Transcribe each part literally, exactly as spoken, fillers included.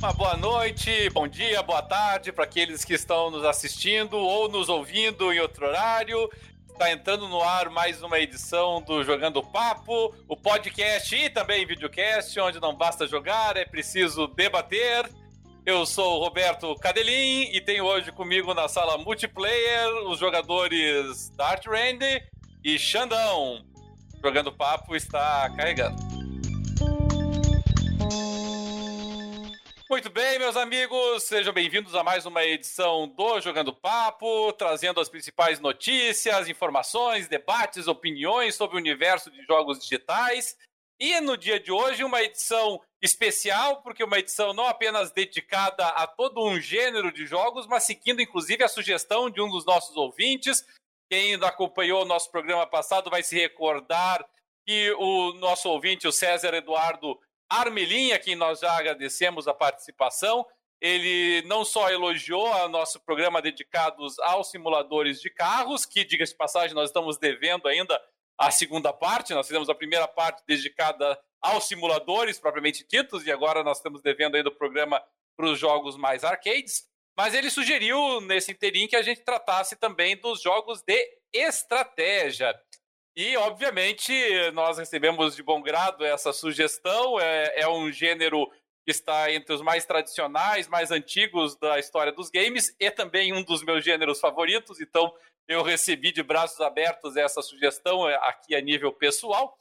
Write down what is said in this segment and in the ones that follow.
Uma boa noite, bom dia, boa tarde para aqueles que estão nos assistindo ou nos ouvindo em outro horário. Está entrando no ar mais uma edição do Jogando Papo, o podcast e também videocast, onde não basta jogar, é preciso debater. Eu sou o Roberto Cadelin e tenho hoje comigo na sala multiplayer os jogadores Dart Randy e Xandão. Jogando Papo está carregando. Muito bem, meus amigos, sejam bem-vindos a mais uma edição do Jogando Papo, trazendo as principais notícias, informações, debates, opiniões sobre o universo de jogos digitais. E no dia de hoje, uma edição especial, porque uma edição não apenas dedicada a todo um gênero de jogos, mas seguindo inclusive a sugestão de um dos nossos ouvintes. Quem acompanhou o nosso programa passado vai se recordar que o nosso ouvinte, o César Eduardo Armelin, a quem nós já agradecemos a participação, ele não só elogiou o nosso programa dedicados aos simuladores de carros, que, diga-se de passagem, nós estamos devendo ainda a segunda parte. Nós fizemos a primeira parte dedicada aos simuladores propriamente ditos, e agora nós estamos devendo ainda o programa para os jogos mais arcades, mas ele sugeriu nesse inteirinho que a gente tratasse também dos jogos de estratégia. E, obviamente, nós recebemos de bom grado essa sugestão. É, é um gênero que está entre os mais tradicionais, mais antigos da história dos games e também um dos meus gêneros favoritos. Então, eu recebi de braços abertos essa sugestão aqui a nível pessoal.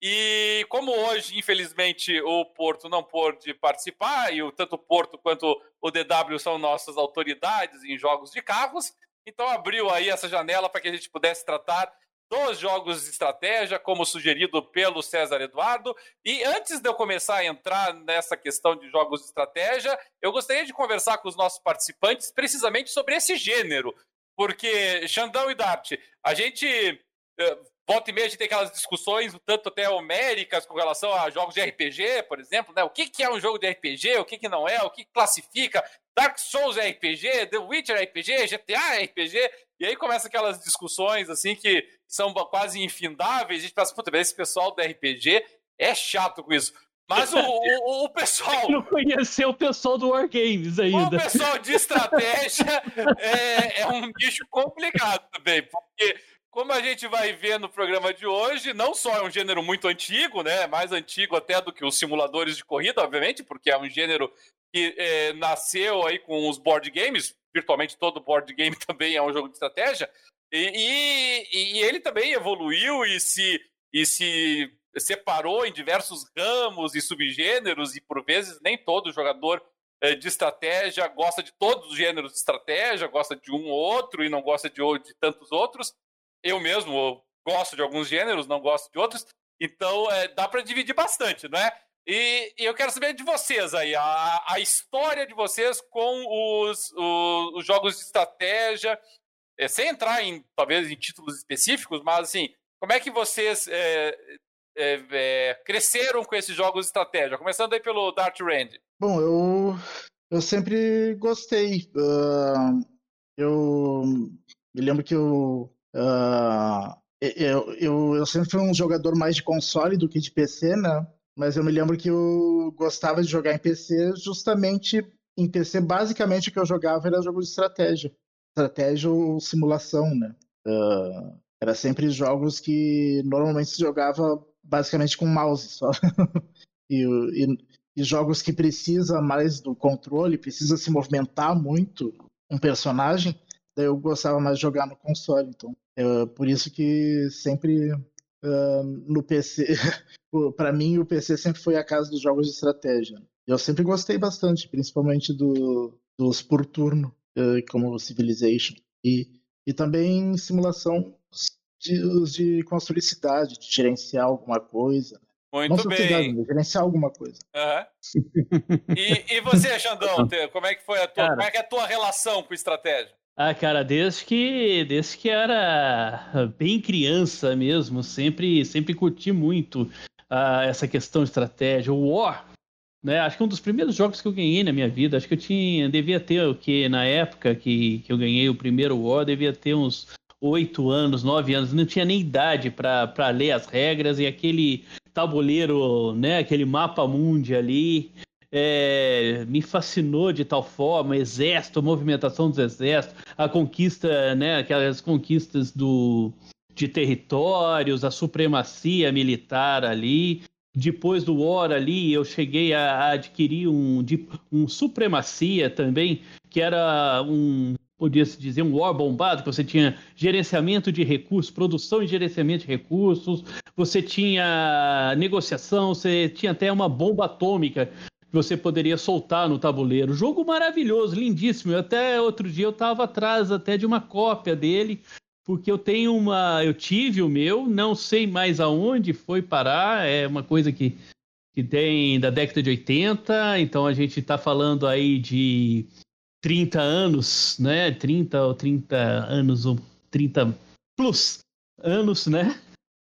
E como hoje, infelizmente, o Porto não pôde participar, e tanto o Porto quanto o D W são nossas autoridades em jogos de carros, então abriu aí essa janela para que a gente pudesse tratar dos jogos de estratégia, como sugerido pelo César Eduardo. E antes de eu começar a entrar nessa questão de jogos de estratégia, eu gostaria de conversar com os nossos participantes precisamente sobre esse gênero, porque, Xandão e Dart, a gente, volta e meia, a gente tem aquelas discussões, tanto até homéricas, com relação a jogos de R P G, por exemplo, né? O que é um jogo de R P G, o que não é, o que classifica, Dark Souls é R P G, The Witcher é R P G, G T A é R P G, e aí começa aquelas discussões, assim, que são quase infindáveis. A gente pensa, puta, esse pessoal do R P G é chato com isso. Mas o, o, o pessoal... não conheceu o pessoal do Wargames ainda. O pessoal de estratégia é, é um nicho complicado também, porque, como a gente vai ver no programa de hoje, não só é um gênero muito antigo, né, mais antigo até do que os simuladores de corrida, obviamente, porque é um gênero que é, nasceu aí com os board games. Virtualmente todo board game também é um jogo de estratégia, e, e, e ele também evoluiu e se, e se separou em diversos ramos e subgêneros, e por vezes nem todo jogador é, de estratégia gosta de todos os gêneros de estratégia, gosta de um ou outro e não gosta de, de tantos outros. Eu mesmo gosto de alguns gêneros, não gosto de outros, então é, dá para dividir bastante, não é? E, e eu quero saber de vocês aí, a, a história de vocês com os, os, os jogos de estratégia, é, sem entrar em, talvez, em títulos específicos, mas assim, como é que vocês é, é, é, cresceram com esses jogos de estratégia? Começando aí pelo Dart Randy. Bom, eu, eu sempre gostei. Uh, eu me lembro que eu, uh, eu, eu, eu sempre fui um jogador mais de console do que de P C, né? Mas eu me lembro que eu gostava de jogar em P C justamente em P C, basicamente o que eu jogava era jogo de estratégia. Estratégia ou simulação, né? Uh, era sempre jogos que normalmente se jogava basicamente com mouse só. e, e, e jogos que precisa mais do controle, precisa se movimentar muito um personagem, daí eu gostava mais de jogar no console. Então, é por isso que sempre... Uh, no P C, para mim o P C sempre foi a casa dos jogos de estratégia. Eu sempre gostei bastante, principalmente do, dos por turno, uh, como Civilization, e, e também simulação de, de construir cidade, de gerenciar alguma coisa. Muito Não bem. Cidade, mas gerenciar alguma coisa. Uhum. E, e você, Xandão, como é que foi a tua, Cara, como é que é a tua relação com estratégia? Ah, cara, desde que, desde que era bem criança mesmo, sempre, sempre curti muito uh, essa questão de estratégia. O War, né? Acho que um dos primeiros jogos que eu ganhei na minha vida, acho que eu tinha, devia ter o que na época que, que eu ganhei o primeiro War, devia ter uns oito anos, nove anos, não tinha nem idade para ler as regras, e aquele tabuleiro, né? Aquele mapa mundi ali. é, me fascinou de tal forma, exército, a movimentação dos exércitos, a conquista, né, aquelas conquistas do, de territórios, a supremacia militar ali. Depois do War ali, eu cheguei a, a adquirir um, um supremacia também, que era um, podia-se dizer, um War bombado, que você tinha gerenciamento de recursos, produção e gerenciamento de recursos, você tinha negociação, você tinha até uma bomba atômica que você poderia soltar no tabuleiro. Jogo maravilhoso, lindíssimo. Eu até outro dia eu estava atrás até de uma cópia dele, porque eu tenho uma, eu tive o meu, não sei mais aonde foi parar, é uma coisa que, que tem da década de oitenta, então a gente está falando aí de trinta anos, né? trinta ou trinta anos, ou trinta plus anos, né?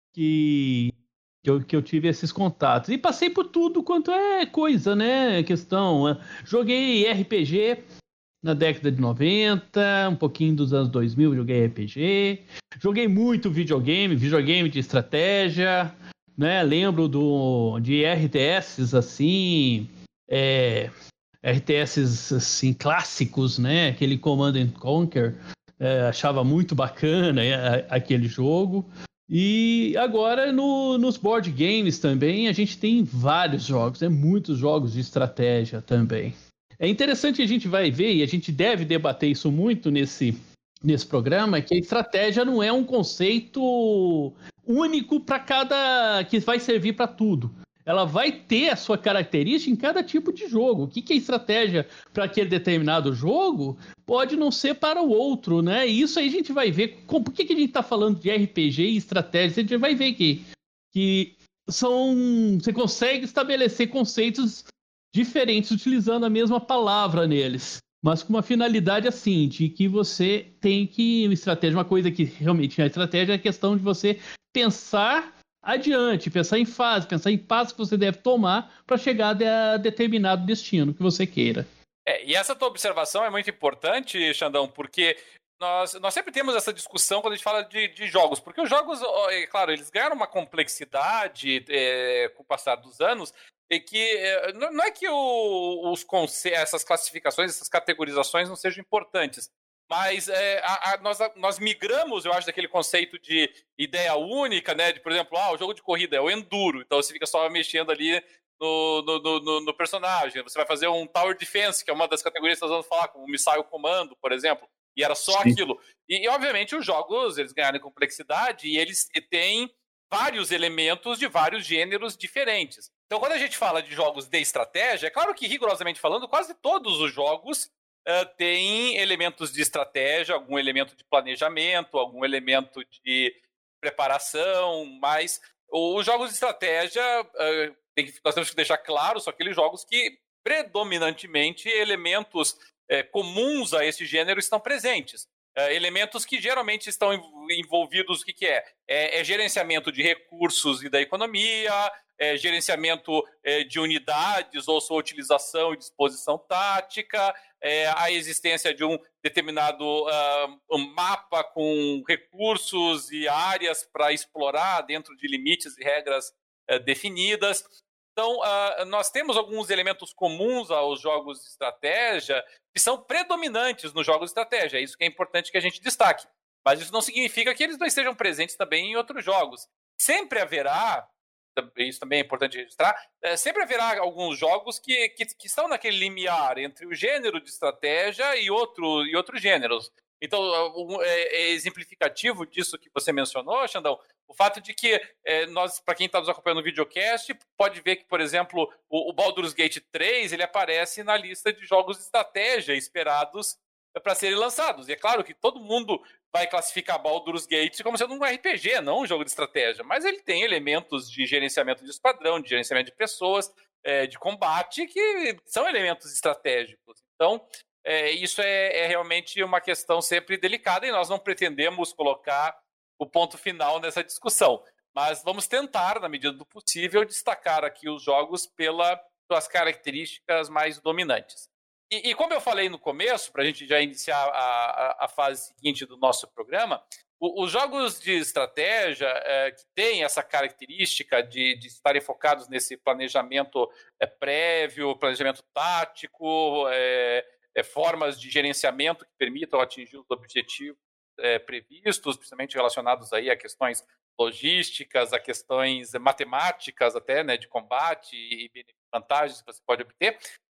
Que, que, eu, que eu tive esses contatos. E passei por tudo quanto é coisa, né? Questão. Joguei R P G na década de noventa, um pouquinho dos anos dois mil, joguei R P G. Joguei muito videogame, videogame de estratégia, né? Lembro do, de R T S, assim, é, R T S, assim, clássicos, né? Aquele Command and Conquer, é, achava muito bacana é, aquele jogo. E agora no, nos board games também a gente tem vários jogos, né? Muitos jogos de estratégia também. É interessante, a gente vai ver, e a gente deve debater isso muito nesse, nesse programa, que a estratégia não é um conceito único para cada... que vai servir para tudo. Ela vai ter a sua característica em cada tipo de jogo. O que, que é estratégia para aquele determinado jogo pode não ser para o outro, né? E isso aí a gente vai ver. Com, por que, que a gente está falando de R P G e estratégia? A gente vai ver que, que são, você consegue estabelecer conceitos diferentes utilizando a mesma palavra neles, mas com uma finalidade assim, de que você tem que... Estratégia, uma coisa que realmente é estratégia, é a questão de você pensar adiante, pensar em fase, pensar em passos que você deve tomar para chegar a determinado destino que você queira. É, e essa tua observação é muito importante, Xandão, porque nós, nós sempre temos essa discussão quando a gente fala de, de jogos, porque os jogos, é claro, eles ganharam uma complexidade é, com o passar dos anos, e que é, não é que o, os conce- essas classificações, essas categorizações não sejam importantes, mas é, a, a, nós, nós migramos, eu acho, daquele conceito de ideia única, né? De, por exemplo, ah, o jogo de corrida é o enduro, então você fica só mexendo ali no, no, no, no personagem. Você vai fazer um Tower Defense, que é uma das categorias que nós vamos falar, como o Missile Commando, por exemplo, e era só Sim. aquilo. E, e, obviamente, os jogos, eles ganharam em complexidade e eles têm vários elementos de vários gêneros diferentes. Então, quando a gente fala de jogos de estratégia, é claro que, rigorosamente falando, quase todos os jogos Uh, tem elementos de estratégia, algum elemento de planejamento, algum elemento de preparação, mas os jogos de estratégia, uh, tem que, nós temos que deixar claro, são aqueles jogos que predominantemente elementos uh, comuns a esse gênero estão presentes. Uh, elementos que geralmente estão envolvidos, o que, que é? é? É gerenciamento de recursos e da economia, é gerenciamento é, de unidades ou sua utilização e disposição tática, é, a existência de um determinado uh, um mapa com recursos e áreas para explorar dentro de limites e regras uh, definidas. Então, uh, nós temos alguns elementos comuns aos jogos de estratégia que são predominantes nos jogos de estratégia. É isso que é importante que a gente destaque. Mas isso não significa que eles não estejam presentes também em outros jogos. Sempre haverá, isso também é importante registrar, é, sempre haverá alguns jogos que, que, que estão naquele limiar entre o gênero de estratégia e, outro, e outros gêneros. Então, é, é exemplificativo disso que você mencionou, Xandão, o fato de que é, nós, para quem está nos acompanhando no videocast, pode ver que, por exemplo, o, o Baldur's Gate três, ele aparece na lista de jogos de estratégia esperados para serem lançados. E é claro que todo mundo vai classificar Baldur's Gate como sendo um R P G, não um jogo de estratégia, mas ele tem elementos de gerenciamento de esquadrão, de gerenciamento de pessoas, é, de combate, que são elementos estratégicos. Então, é, isso é, é realmente uma questão sempre delicada e nós não pretendemos colocar o ponto final nessa discussão. Mas vamos tentar, na medida do possível, destacar aqui os jogos pelas suas características mais dominantes. E, e como eu falei no começo, para a gente já iniciar a, a, a fase seguinte do nosso programa, o, os jogos de estratégia é, que têm essa característica de, de estarem focados nesse planejamento é, prévio, planejamento tático, é, é, formas de gerenciamento que permitam atingir os objetivos é, previstos, principalmente relacionados aí a questões logísticas, a questões matemáticas até, né, de combate e vantagens que você pode obter.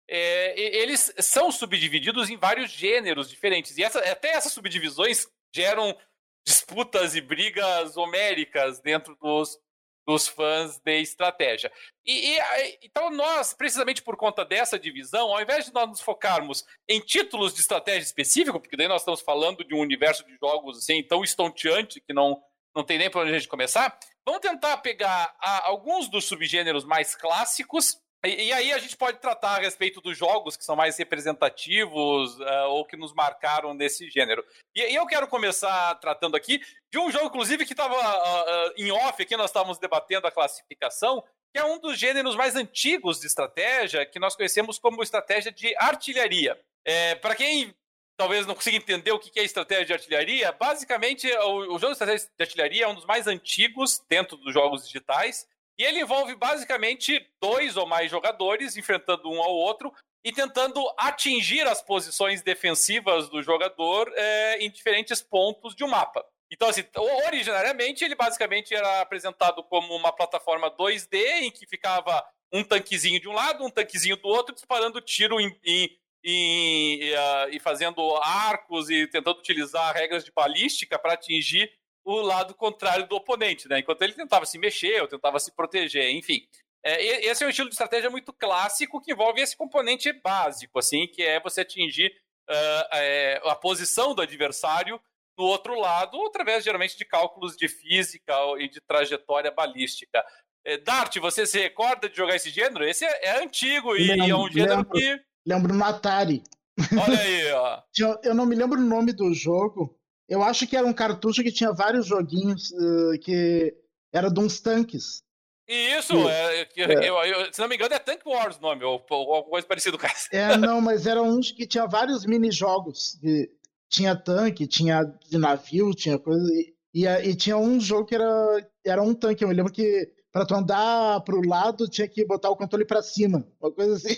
É, eles são subdivididos em vários gêneros diferentes. E essa, até essas subdivisões geram disputas e brigas homéricas dentro dos, dos fãs de estratégia. E, e, então nós, precisamente por conta dessa divisão, ao invés de nós nos focarmos em títulos de estratégia específico, porque daí nós estamos falando de um universo de jogos assim, tão estonteante que não, não tem nem para onde a gente começar, vamos tentar pegar a, alguns dos subgêneros mais clássicos. E, e aí a gente pode tratar a respeito dos jogos que são mais representativos uh, ou que nos marcaram nesse gênero. E, e eu quero começar tratando aqui de um jogo, inclusive, que estava uh, uh, em off aqui, nós estávamos debatendo a classificação, que é um dos gêneros mais antigos de estratégia, que nós conhecemos como estratégia de artilharia. É, para quem talvez não consiga entender o que é estratégia de artilharia, basicamente o, o jogo de estratégia de artilharia é um dos mais antigos dentro dos jogos digitais. E ele envolve basicamente dois ou mais jogadores enfrentando um ao outro e tentando atingir as posições defensivas do jogador é, em diferentes pontos de um mapa. Então, assim, originariamente ele basicamente era apresentado como uma plataforma dois D em que ficava um tanquezinho de um lado, um tanquezinho do outro, disparando tiro em, em, em, uh, e fazendo arcos e tentando utilizar regras de balística para atingir o lado contrário do oponente, né? Enquanto ele tentava se mexer ou tentava se proteger, enfim. É, esse é um estilo de estratégia muito clássico que envolve esse componente básico, assim, que é você atingir uh, é, a posição do adversário no outro lado, através, geralmente, de cálculos de física e de trajetória balística. É, Dart, você se recorda de jogar esse gênero? Esse é, é antigo e lembro, é um gênero lembro, que... Lembro no Atari. Olha aí, ó. Eu não me lembro o nome do jogo. Eu acho que era um cartucho que tinha vários joguinhos uh, que era de uns tanques. Isso, e, é, é. Eu, eu, se não me engano é Tank Wars o nome, ou, ou alguma coisa parecida com essa. É, não, mas eram uns que tinha vários mini-jogos. Tinha tanque, tinha de navio, tinha coisa... E, e, e tinha um jogo que era, era um tanque. Eu me lembro que para tu andar pro lado tinha que botar o controle para cima. Uma coisa assim.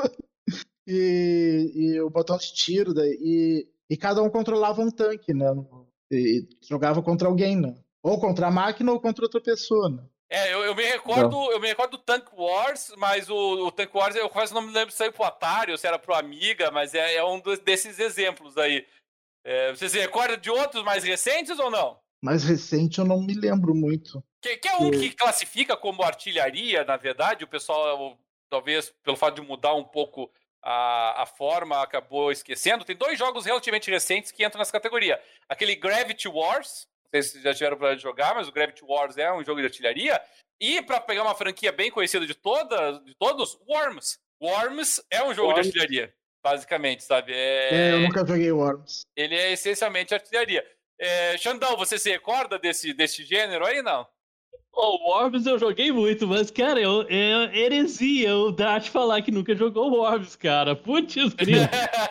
e, e o botão de tiro. Daí, e... E cada um controlava um tanque, né? E jogava contra alguém, né? Ou contra a máquina ou contra outra pessoa, né? É, eu, eu me recordo, não. eu me recordo do Tank Wars, mas o, o Tank Wars, eu quase não me lembro se saiu pro Atari ou se era pro Amiga, mas é, é um dos, desses exemplos aí. É, você se recorda de outros mais recentes ou não? Mais recente eu não me lembro muito. Que, que é um que classifica como artilharia, na verdade, o pessoal, talvez, pelo fato de mudar um pouco A, a forma, acabou esquecendo. Tem dois jogos relativamente recentes que entram nessa categoria. Aquele Gravity Wars, não sei se vocês já tiveram para jogar, mas o Gravity Wars é um jogo de artilharia. E para pegar uma franquia bem conhecida de, toda, de todos, Worms. Worms é um jogo Worms. de artilharia, basicamente, sabe? É... é, eu nunca joguei Worms. Ele é essencialmente artilharia. É, Xandão, você se recorda desse, desse gênero aí, não? O Worms eu joguei muito, mas, cara, eu, é heresia o Dart falar que nunca jogou Worms, cara. Putz, grilo.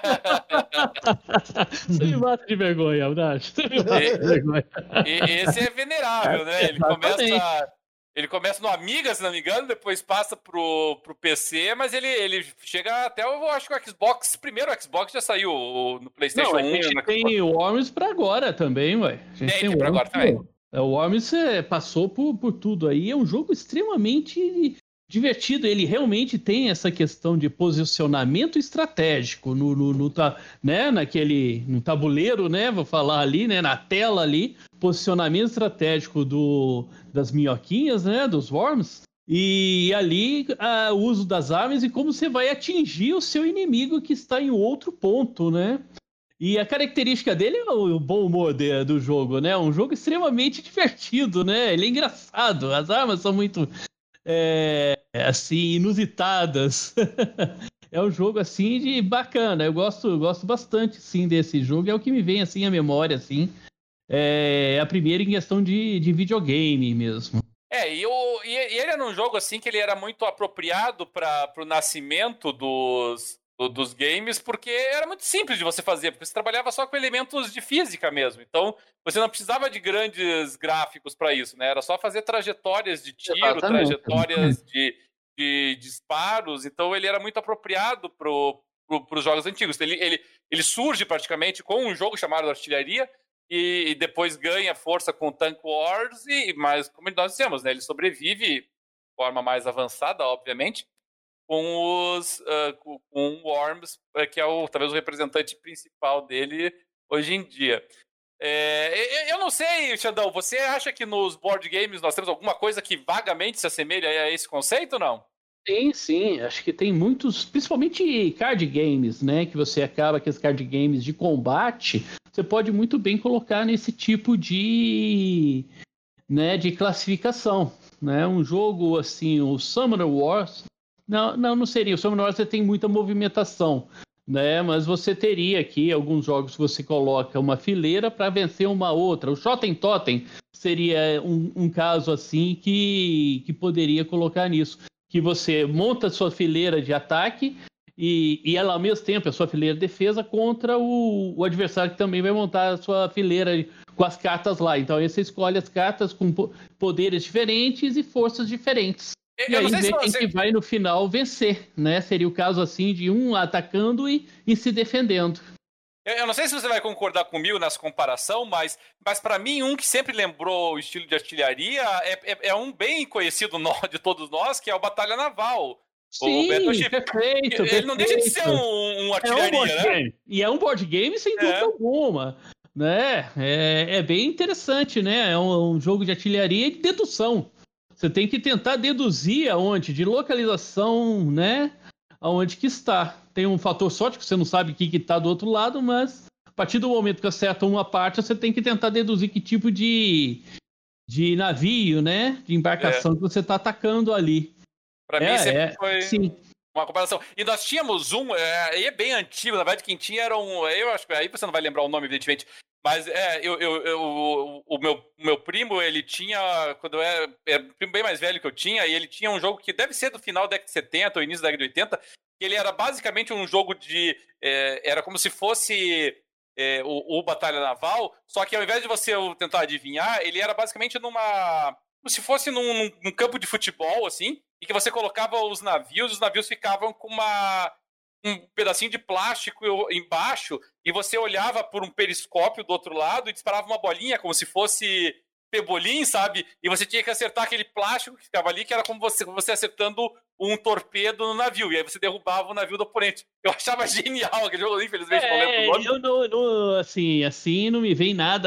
Você me mata de vergonha, Dart. Você me mata de vergonha. Esse é venerável, né? Ele começa, ele começa no Amiga, se não me engano, depois passa pro, pro P C, mas ele, ele chega até, eu acho que o Xbox, primeiro o Xbox já saiu no PlayStation não, um. A gente tem o Worms pra agora também, ué. A gente tem, tem, tem pra agora também. O Worms passou por, por tudo aí, é um jogo extremamente divertido, ele realmente tem essa questão de posicionamento estratégico no, no, no, né, naquele, no tabuleiro, né, vou falar ali, né, na tela ali, posicionamento estratégico do, das minhoquinhas, né, dos Worms, e ali a, o uso das armas e como você vai atingir o seu inimigo que está em outro ponto, né. E a característica dele é o bom humor de, do jogo, né? Um jogo extremamente divertido, né? Ele é engraçado, as armas são muito, é, assim, inusitadas. É um jogo, assim, de bacana. Eu gosto, gosto bastante, sim, desse jogo. É o que me vem, assim, à memória, assim. É a primeira em questão de, de videogame mesmo. É, e, o, e ele era um jogo, assim, que ele era muito apropriado para o nascimento dos... do, dos games, porque era muito simples de você fazer, porque você trabalhava só com elementos de física mesmo. Então, você não precisava de grandes gráficos para isso, né? Era só fazer trajetórias de tiro, Exatamente. trajetórias de, de, de disparos. Então, ele era muito apropriado para pro, os jogos antigos. Ele, ele, ele surge praticamente com um jogo chamado Artilharia, e, e depois ganha força com Tank Wars, e, mas como nós dissemos, né? Ele sobrevive de forma mais avançada, obviamente, com os uh, com, com o Worms, que é o, talvez o representante principal dele hoje em dia. É, eu não sei, Xandão, você acha que nos board games nós temos alguma coisa que vagamente se assemelha a esse conceito ou não? Sim, sim, acho que tem muitos, principalmente card games, né, que você acaba que os card games de combate, você pode muito bem colocar nesse tipo de, né, de classificação, né, um jogo assim, o Summoner Wars, não, não, não seria, o Summoner Wars você tem muita movimentação, né, mas você teria aqui alguns jogos que você coloca uma fileira para vencer uma outra, o Shoten Totem seria um, um caso assim que, que poderia colocar nisso, que você monta a sua fileira de ataque e, e ela ao mesmo tempo, a sua fileira de defesa contra o, o adversário que também vai montar a sua fileira com as cartas lá. Então aí você escolhe as cartas com poderes diferentes e forças diferentes. Eu e aí vê quem você... que vai no final vencer, né? Seria o caso assim de um atacando e, e se defendendo. Eu não sei se você vai concordar comigo nessa comparação, mas, mas para mim, um que sempre lembrou o estilo de artilharia é, é, é um bem conhecido de todos nós, que é o Batalha Naval. Sim, o Battleship. Perfeito, Ele perfeito. não deixa de ser um, um artilharia, é um né? Game. E é um board game sem dúvida é. alguma. Né? É, é bem interessante, né? É um, um jogo de artilharia e de dedução. Você tem que tentar deduzir aonde, de localização, né? Aonde que está. Tem um fator sorte que você não sabe o que está do outro lado, mas a partir do momento que acerta uma parte, você tem que tentar deduzir que tipo de, de navio, né? De embarcação é. que você está atacando ali. Para é, mim sempre é, foi sim. uma comparação. E nós tínhamos um, é, e é bem antigo, na verdade quem tinha era um, eu acho que aí você não vai lembrar o nome, evidentemente, mas é, eu, eu, eu, o, meu, o meu primo, ele tinha, quando eu era, era um primo bem mais velho que eu tinha, e ele tinha um jogo que deve ser do final da década de setenta ou início da década de oitenta, que ele era basicamente um jogo de, é, era como se fosse é, o, o Batalha Naval, só que ao invés de você tentar adivinhar, ele era basicamente numa, como se fosse num, num campo de futebol, assim, e que você colocava os navios, os navios ficavam com uma... um pedacinho de plástico embaixo, e você olhava por um periscópio do outro lado e disparava uma bolinha, como se fosse pebolim, sabe? E você tinha que acertar aquele plástico que ficava ali, que era como você, você acertando um torpedo no navio, e aí você derrubava o navio do oponente. Eu achava genial aquele jogo, infelizmente, é, não lembro o nome. Eu não, não, assim, assim, não me vem nada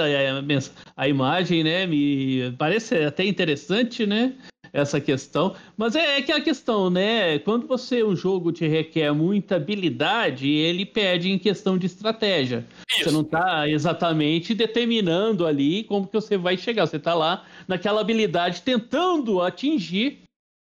a, a imagem, né? Me parece até interessante, né? Essa questão, mas é aquela questão, né? Quando você um jogo te requer muita habilidade, ele pede em questão de estratégia. Isso. Você não está exatamente determinando ali como que você vai chegar. Você está lá naquela habilidade tentando atingir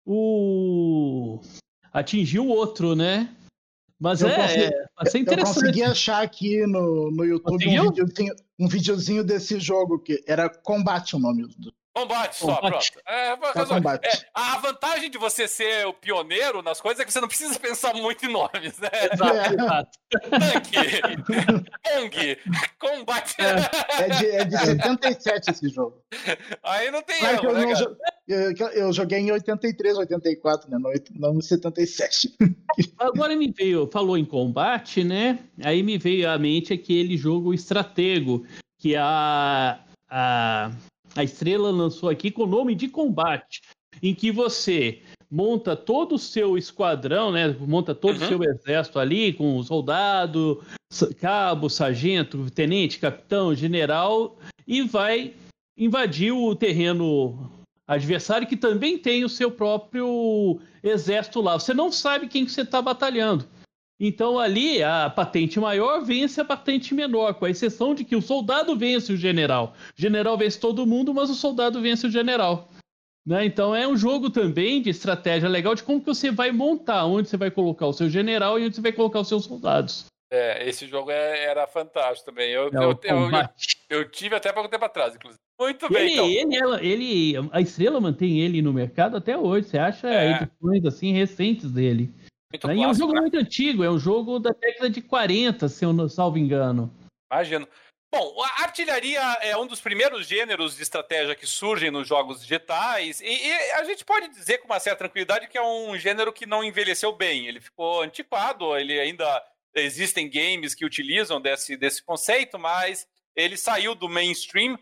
o atingir o outro, né? Mas eu é, consegui, é, é interessante. Eu consegui achar aqui no, no YouTube um videozinho, um videozinho desse jogo que era Combate o nome do. Combate só, combate. pronto. É, é, combate. É, a vantagem de você ser o pioneiro nas coisas é que você não precisa pensar muito em nomes, né? Exato. Tanque, Kong, combate. É, é, de, é de setenta e sete esse jogo. Aí não tem claro erro, eu, né, não, eu, eu joguei em oitenta e três, oitenta e quatro, né? Não em setenta e sete. Agora me veio, falou em combate, né? Aí me veio à mente aquele jogo Estratego, que a... a... A Estrela lançou aqui com o nome de Combate, em que você monta todo o seu esquadrão, né? Monta todo uhum. o seu exército ali, com soldado, cabo, sargento, tenente, capitão, general, e vai invadir o terreno adversário, que também tem o seu próprio exército lá. Você não sabe quem que você está batalhando. Então ali a patente maior vence a patente menor, com a exceção de que o soldado vence o general. O general vence todo mundo, mas o soldado vence o general. Né? Então é um jogo também de estratégia legal de como que você vai montar, onde você vai colocar o seu general e onde você vai colocar os seus soldados. É, esse jogo é, era fantástico também. Eu, é eu, eu, eu, eu tive até pouco tempo atrás, inclusive. Muito bem, ele, então. Ele, ele, a Estrela mantém ele no mercado até hoje. Você acha é. edições assim recentes dele. Muito né? clássico, e é um jogo né? muito antigo, é um jogo da década de quarenta, se eu não salvo engano. Imagino. Bom, a artilharia é um dos primeiros gêneros de estratégia que surgem nos jogos digitais, e, e a gente pode dizer com uma certa tranquilidade que é um gênero que não envelheceu bem. Ele ficou antiquado, ele ainda existem games que utilizam desse, desse conceito, mas ele saiu do mainstream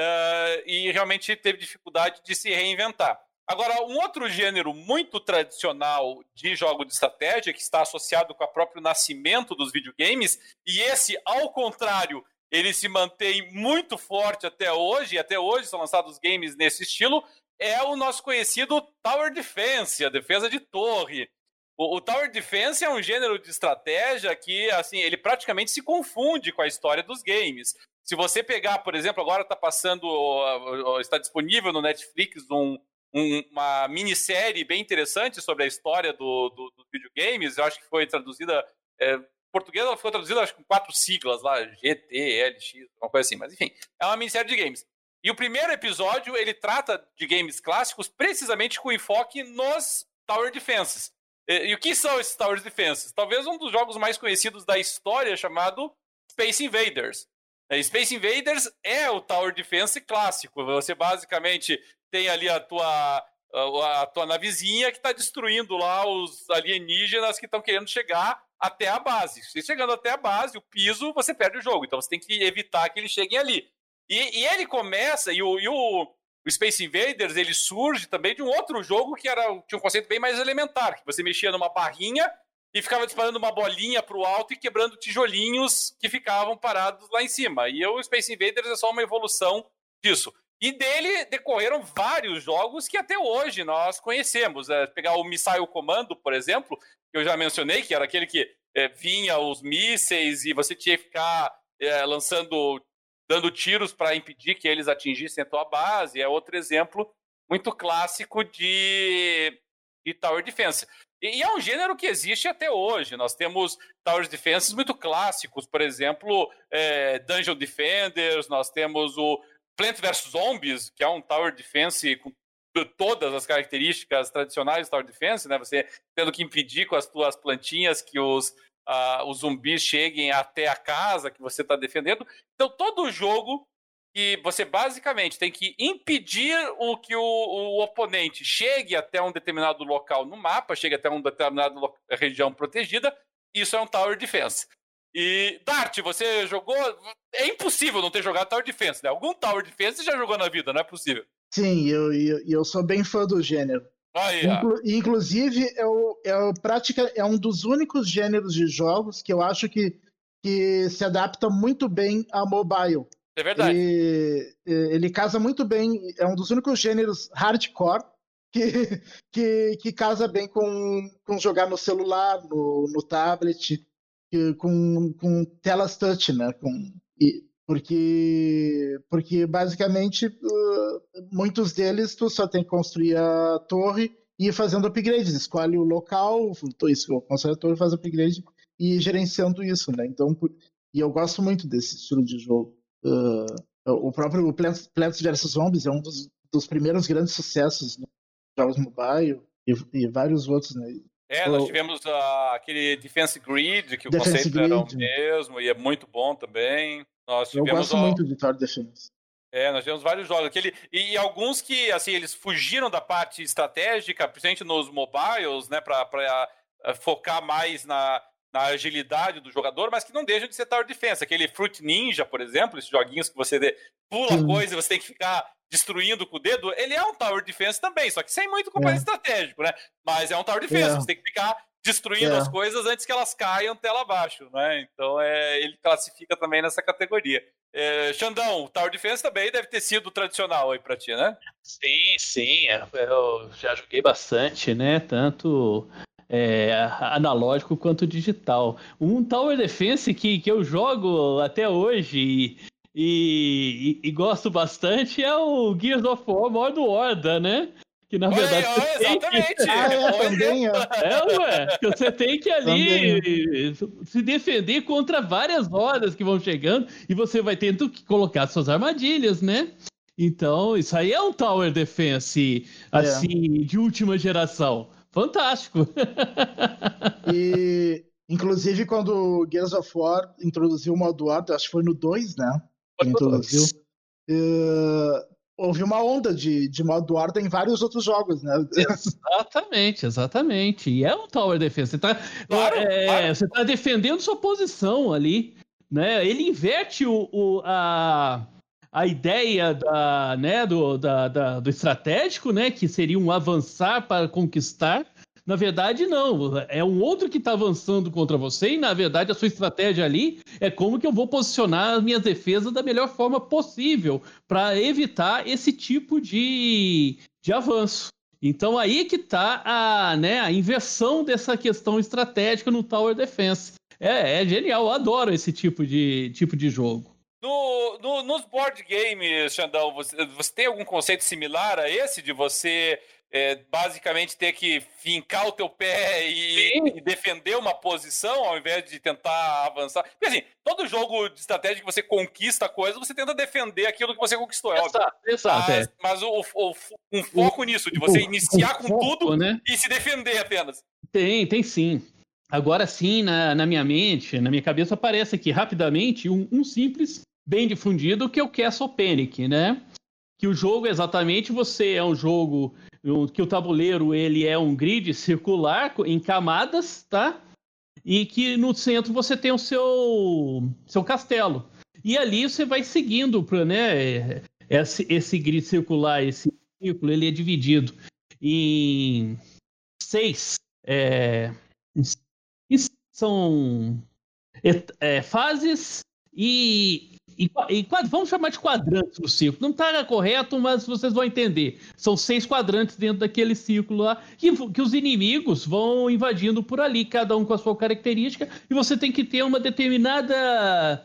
uh, e realmente teve dificuldade de se reinventar. Agora, um outro gênero muito tradicional de jogo de estratégia, que está associado com o próprio nascimento dos videogames, e esse, ao contrário, ele se mantém muito forte até hoje, e até hoje são lançados games nesse estilo, é o nosso conhecido Tower Defense, a defesa de torre. O, o Tower Defense é um gênero de estratégia que, assim, ele praticamente se confunde com a história dos games. Se você pegar, por exemplo, agora está passando, está disponível no Netflix um, um, uma minissérie bem interessante sobre a história do, do, dos videogames, eu acho que foi traduzida... É, português ela ficou traduzida acho, com quatro siglas lá, G T, L X, uma coisa assim, mas enfim, é uma minissérie de games. E o primeiro episódio, ele trata de games clássicos precisamente com enfoque nos Tower Defenses. E, e o que são esses Tower Defenses? Talvez um dos jogos mais conhecidos da história, chamado Space Invaders. É, Space Invaders é o Tower Defense clássico. Você basicamente tem ali a tua... a tua navezinha que está destruindo lá os alienígenas que estão querendo chegar até a base. Se chegando até a base, o piso, você perde o jogo. Então você tem que evitar que eles cheguem ali. E, e ele começa, e, o, e o, o Space Invaders, ele surge também de um outro jogo que era, tinha um conceito bem mais elementar, que você mexia numa barrinha e ficava disparando uma bolinha para o alto e quebrando tijolinhos que ficavam parados lá em cima. E o Space Invaders é só uma evolução disso. E dele decorreram vários jogos que até hoje nós conhecemos. É, pegar o Missile Commando, por exemplo, que eu já mencionei, que era aquele que é, vinha os mísseis e você tinha que ficar é, lançando, dando tiros para impedir que eles atingissem a tua base. É outro exemplo muito clássico de, de Tower Defense. E, e é um gênero que existe até hoje. Nós temos Tower Defenses muito clássicos, por exemplo, é, Dungeon Defenders, nós temos o Plants versus. Zombies, que é um Tower Defense com todas as características tradicionais do Tower Defense, né? Você tendo que impedir com as tuas plantinhas que os, uh, os zumbis cheguem até a casa que você está defendendo. Então, todo jogo que você basicamente tem que impedir o que o, o oponente chegue até um determinado local no mapa, chegue até uma determinada região protegida, isso é um Tower Defense. E, Dart, você jogou... É impossível não ter jogado Tower Defense, né? Algum Tower Defense você já jogou na vida, não é possível. Sim, eu, eu, eu sou bem fã do gênero. Aí, Inclu, inclusive, é, o, é, o prática, é um dos únicos gêneros de jogos que eu acho que, que se adapta muito bem a mobile. É verdade. Ele, ele casa muito bem, é um dos únicos gêneros hardcore que, que, que casa bem com, com jogar no celular, no, no tablet... Com, com telas touch, né? Com, e, porque, porque basicamente uh, muitos deles tu só tem que construir a torre e ir fazendo upgrades, escolhe o local, isso, constrói a torre, faz upgrade e gerenciando isso, né? Então, por, e eu gosto muito desse estilo de jogo. Uh, o próprio Plants, Plants versus. Zombies é um dos, dos primeiros grandes sucessos, né? Jogos mobile e, e vários outros, né? É, nós tivemos uh, aquele Defense Grid, que o Defense conceito Grid. Era o mesmo, e é muito bom também. Nós tivemos, Eu gosto ó, muito de Tower Defense. É, nós tivemos vários jogos. Aquele, e, e alguns que, assim, eles fugiram da parte estratégica, principalmente nos mobiles, né, para focar mais na, na agilidade do jogador, mas que não deixam de ser Tower Defense. Aquele Fruit Ninja, por exemplo, esses joguinhos que você de, pula Sim. coisa e você tem que ficar destruindo com o dedo, ele é um Tower Defense também, só que sem muito componente é. estratégico, né? Mas é um Tower Defense, é. você tem que ficar destruindo é. as coisas antes que elas caiam tela abaixo, né? Então é, ele classifica também nessa categoria. É, Xandão, o Tower Defense também deve ter sido tradicional aí pra ti, né? Sim, sim, eu já joguei bastante, né? Tanto é, analógico quanto digital. Um Tower Defense que, que eu jogo até hoje e, e, e gosto bastante é o Gears of War Modo Horda, né? Que na verdade. Oi, oi, exatamente! Que... ah, é, também, é. é, ué, você tem que ali também. se defender contra várias hordas que vão chegando e você vai tendo que colocar suas armadilhas, né? Então, isso aí é um Tower Defense, assim, é. de última geração. fantástico. E, inclusive, quando o Gears of War introduziu o modo Horda, acho que foi no dois, né? Que introduziu. Uh, houve uma onda de, de modo Horda em vários outros jogos, né? Exatamente, exatamente. E é um Tower Defense. Você está Claro, é, claro. você tá defendendo sua posição ali, né? Ele inverte o, o, a, a ideia da, né, do, da, da, do estratégico, né? Que seria um avançar para conquistar. Na verdade, não. É um outro que está avançando contra você e, na verdade, a sua estratégia ali é como que eu vou posicionar as minhas defesas da melhor forma possível para evitar esse tipo de, de avanço. Então, aí que está a, né, a inversão dessa questão estratégica no Tower Defense. É, é genial, eu adoro esse tipo de, tipo de jogo. No, no, nos board games, Xandão, você, você tem algum conceito similar a esse de você é, basicamente ter que fincar o teu pé e, e defender uma posição ao invés de tentar avançar? Porque assim, todo jogo de estratégia que você conquista a coisa, você tenta defender aquilo que você conquistou, é Exato, óbvio. exato, mas, é. mas o, o, um foco o, nisso, de você o, iniciar o com foco, tudo, né? E se defender apenas. Tem, tem sim. Agora sim, na, na minha mente, na minha cabeça, aparece aqui rapidamente um, um simples, bem difundido, que é o Castle Panic, né? Que o jogo, exatamente, você é um jogo que o tabuleiro ele é um grid circular em camadas, tá? E que no centro você tem o seu, seu castelo. E ali você vai seguindo, né? Esse, esse grid circular, esse círculo, ele é dividido em seis é, são é, fases e, e, e vamos chamar de quadrantes do círculo. Não está correto, mas vocês vão entender. São seis quadrantes dentro daquele círculo lá que, que os inimigos vão invadindo por ali, cada um com a sua característica, e você tem que ter uma determinada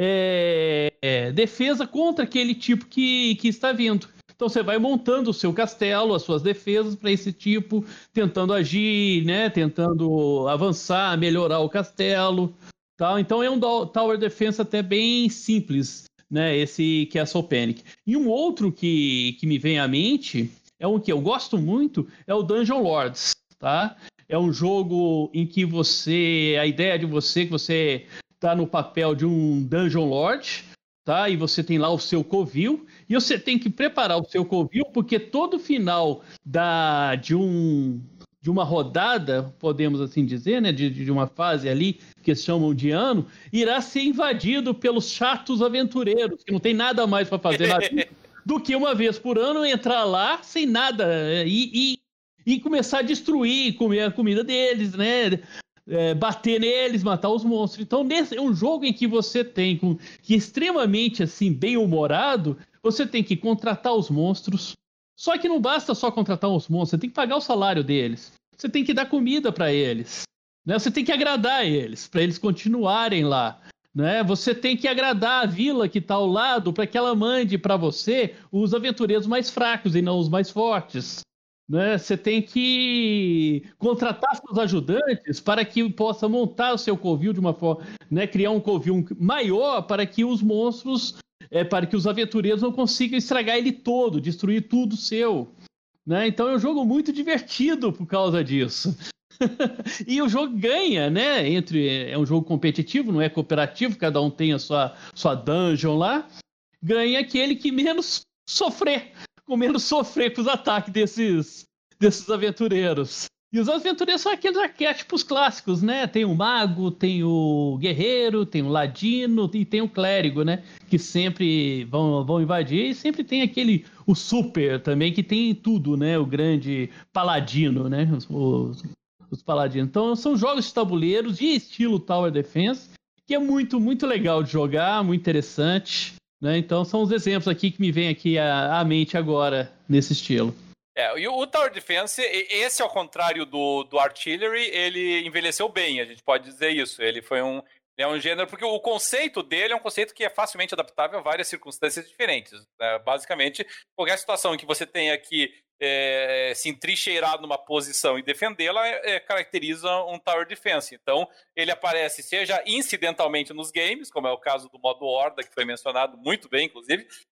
é, é, defesa contra aquele tipo que, que está vindo. Então você vai montando o seu castelo, as suas defesas para esse tipo, tentando agir, né? Tentando avançar, melhorar o castelo. Tal. Então é um Tower Defense até bem simples, né? Esse Castle Panic. E um outro que, que me vem à mente é um que eu gosto muito, é o Dungeon Lords, tá? É um jogo em que você, a ideia de você que você está no papel de um Dungeon Lord, tá? E você tem lá o seu covil, e você tem que preparar o seu covil, porque todo final da, de, um, de uma rodada, podemos assim dizer, né? De, de uma fase ali, que chamam de ano, irá ser invadido pelos chatos aventureiros, que não tem nada mais para fazer na vida, do que uma vez por ano entrar lá sem nada e, e, e começar a destruir, comer a comida deles, né? É, bater neles, matar os monstros. Então, nesse, é um jogo em que você tem com, que é extremamente assim, bem-humorado, você tem que contratar os monstros. Só que não basta só contratar os monstros, você tem que pagar o salário deles. Você tem que dar comida para eles. Né? Você tem que agradar eles, para eles continuarem lá. Né? Você tem que agradar a vila que está ao lado para que ela mande para você os aventureiros mais fracos e não os mais fortes. Né? Você tem que contratar seus ajudantes para que possa montar o seu covil de uma forma, né? Criar um covil maior para que os monstros, é, para que os aventureiros não consigam estragar ele todo, destruir tudo seu. Né? Então é um jogo muito divertido por causa disso. E o jogo ganha, né? Entre, é um jogo competitivo, não é cooperativo, cada um tem a sua, sua dungeon lá. Ganha aquele que menos sofrer. Com menos sofrer com os ataques desses, desses aventureiros. E os aventureiros são aqueles arquétipos clássicos, né? Tem o mago, tem o guerreiro, tem o ladino e tem o clérigo, né? Que sempre vão, vão invadir e sempre tem aquele, o super também, que tem tudo, né? O grande paladino, né? Os, os, os paladinos. Então são jogos de tabuleiros de estilo Tower Defense, que é muito, muito legal de jogar, muito interessante. Né? Então são os exemplos aqui que me vêm aqui à, à mente agora, nesse estilo. É, e o Tower Defense, esse ao contrário do, do Artillery, ele envelheceu bem, a gente pode dizer isso. Ele foi um, é um gênero, porque o conceito dele é um conceito que é facilmente adaptável a várias circunstâncias diferentes. Né? Basicamente, qualquer situação em que você tenha que é, se entrincheirar numa posição e defendê-la é, caracteriza um Tower Defense. Então, ele aparece, seja incidentalmente nos games, como é o caso do modo Horda, que foi mencionado muito bem, inclusive,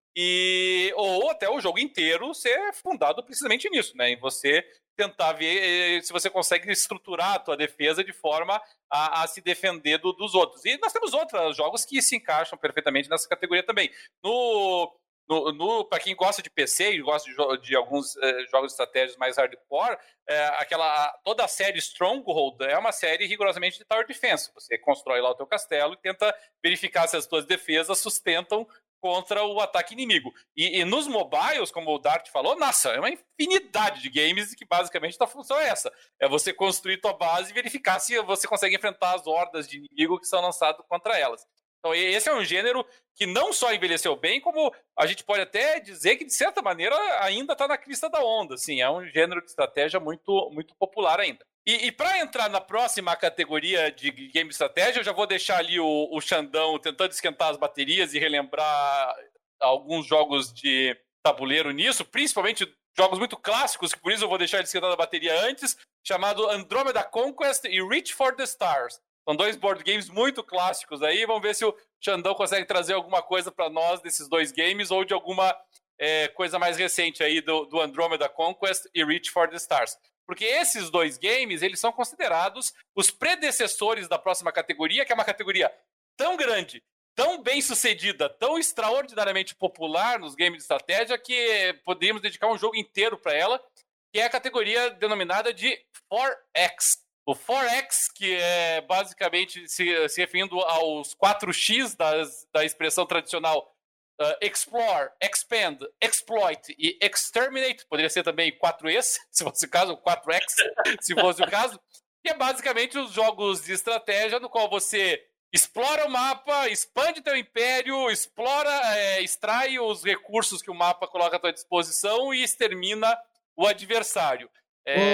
e, ou até o jogo inteiro ser fundado precisamente nisso, né? Em você tentar ver se você consegue estruturar a tua defesa de forma a, a se defender do, dos outros. E nós temos outros jogos que se encaixam perfeitamente nessa categoria também. No... No, no, para quem gosta de P C e gosta de, de alguns eh, jogos de estratégias mais hardcore, eh, aquela, toda a série Stronghold é uma série rigorosamente de Tower Defense. Você constrói lá o teu castelo e tenta verificar se as tuas defesas sustentam contra o ataque inimigo. E, e nos mobiles, como o Dart falou, nossa, é uma infinidade de games que basicamente a função é essa. É você construir tua base e verificar se você consegue enfrentar as hordas de inimigo que são lançados contra elas. Então esse é um gênero que não só envelheceu bem, como a gente pode até dizer que, de certa maneira, ainda está na crista da onda. Assim, é um gênero de estratégia muito, muito popular ainda. E, e para entrar na próxima categoria de game de estratégia, eu já vou deixar ali o, o Xandão tentando esquentar as baterias e relembrar alguns jogos de tabuleiro nisso, principalmente jogos muito clássicos, que por isso eu vou deixar ele esquentar a bateria antes, chamado Andromeda Conquest e Reach for the Stars. São dois board games muito clássicos aí. Vamos ver se o Xandão consegue trazer alguma coisa para nós desses dois games ou de alguma é, coisa mais recente aí do, do Andromeda Conquest e Reach for the Stars. Porque esses dois games, eles são considerados os predecessores da próxima categoria, que é uma categoria tão grande, tão bem sucedida, tão extraordinariamente popular nos games de estratégia que poderíamos dedicar um jogo inteiro para ela, que é a categoria denominada de four X. O four X, que é basicamente se, se referindo aos quatro X das, da expressão tradicional uh, Explore, Expand, Exploit e Exterminate, poderia ser também quatro Es, se fosse o caso, quatro X, se fosse o caso, que é basicamente os jogos de estratégia no qual você explora o mapa, expande teu império, explora, é, extrai os recursos que o mapa coloca à tua disposição e extermina o adversário. É...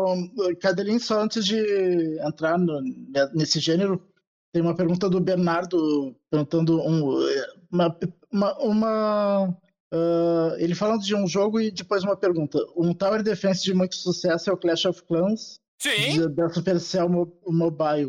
O Cadelin, só antes de entrar no, nesse gênero, tem uma pergunta do Bernardo perguntando um, uma, uma, uma uh, ele falando de um jogo e depois uma pergunta. Um Tower Defense de muito sucesso é o Clash of Clans. Sim. Da Supercell Mobile.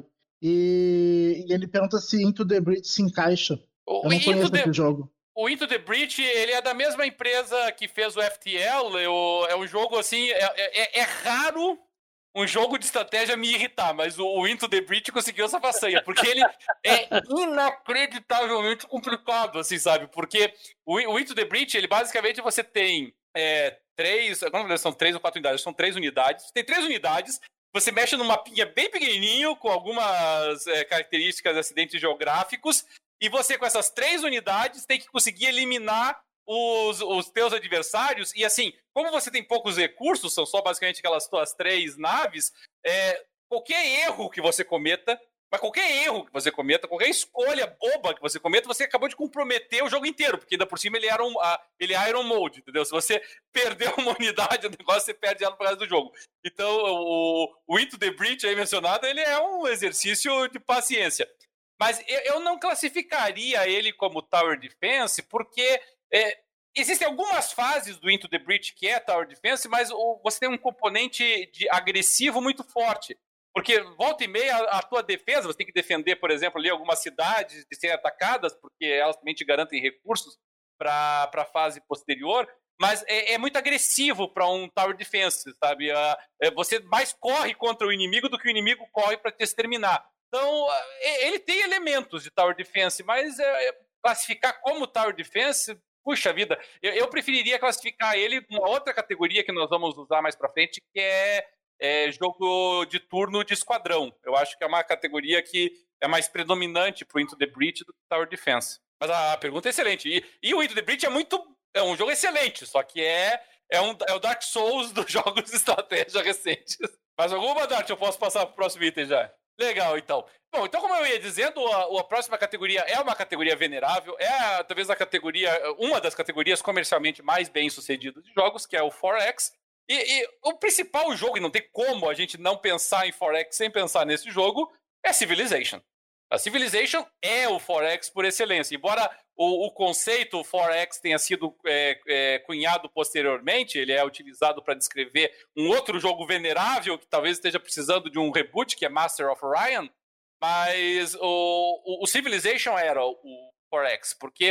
E, e ele pergunta se Into the Breach se encaixa. O Eu não conheço the... esse jogo. O Into the Breach, ele é da mesma empresa que fez o F T L. Eu, é um jogo, assim, é, é, é raro um jogo de estratégia me irritar, mas o, o Into the Breach conseguiu essa façanha, porque ele é inacreditavelmente complicado, assim, sabe? Porque o, o Into the Breach, ele basicamente você tem é, três, não são três ou quatro unidades, são três unidades. Tem três unidades, você mexe num mapinha bem pequenininho, com algumas é, características de acidentes geográficos, e você, com essas três unidades, tem que conseguir eliminar os, os teus adversários. E assim, como você tem poucos recursos, são só basicamente aquelas tuas três naves, é, qualquer erro que você cometa, mas qualquer erro que você cometa, qualquer escolha boba que você cometa, você acabou de comprometer o jogo inteiro, porque ainda por cima ele, era um, uh, ele é Iron Mode, entendeu? Se você perdeu uma unidade, o negócio você perde ela por causa do jogo. Então, o, o Into the Breach aí mencionado, ele é um exercício de paciência. Mas eu não classificaria ele como Tower Defense, porque é, existem algumas fases do Into the Breach que é Tower Defense, mas o, você tem um componente de agressivo muito forte. Porque volta e meia a, a tua defesa, você tem que defender, por exemplo, ali algumas cidades de serem atacadas, porque elas também te garantem recursos para a fase posterior, mas é, é muito agressivo para um Tower Defense, sabe? É, você mais corre contra o inimigo do que o inimigo corre para te exterminar. Então, ele tem elementos de Tower Defense, mas é, classificar como Tower Defense, puxa vida, eu, eu preferiria classificar ele numa outra categoria que nós vamos usar mais pra frente, que é, é jogo de turno de esquadrão. Eu acho que é uma categoria que é mais predominante pro Into the Breach do que Tower Defense. Mas a pergunta é excelente. E, e o Into the Breach é muito, é um jogo excelente, só que é, é, um, é o Dark Souls dos jogos de estratégia recentes. Mais alguma, Dart? Eu posso passar pro próximo item já? Legal, então. Bom, então como eu ia dizendo, a, a próxima categoria é uma categoria venerável, é a, talvez a categoria, uma das categorias comercialmente mais bem sucedidas de jogos, que é o four X. E, e o principal jogo, e não tem como a gente não pensar em four X sem pensar nesse jogo, é Civilization. A Civilization é o four X por excelência. Embora o, o conceito four X tenha sido é, é, cunhado posteriormente, ele é utilizado para descrever um outro jogo venerável que talvez esteja precisando de um reboot, que é Master of Orion, mas o, o, o Civilization era o four X, porque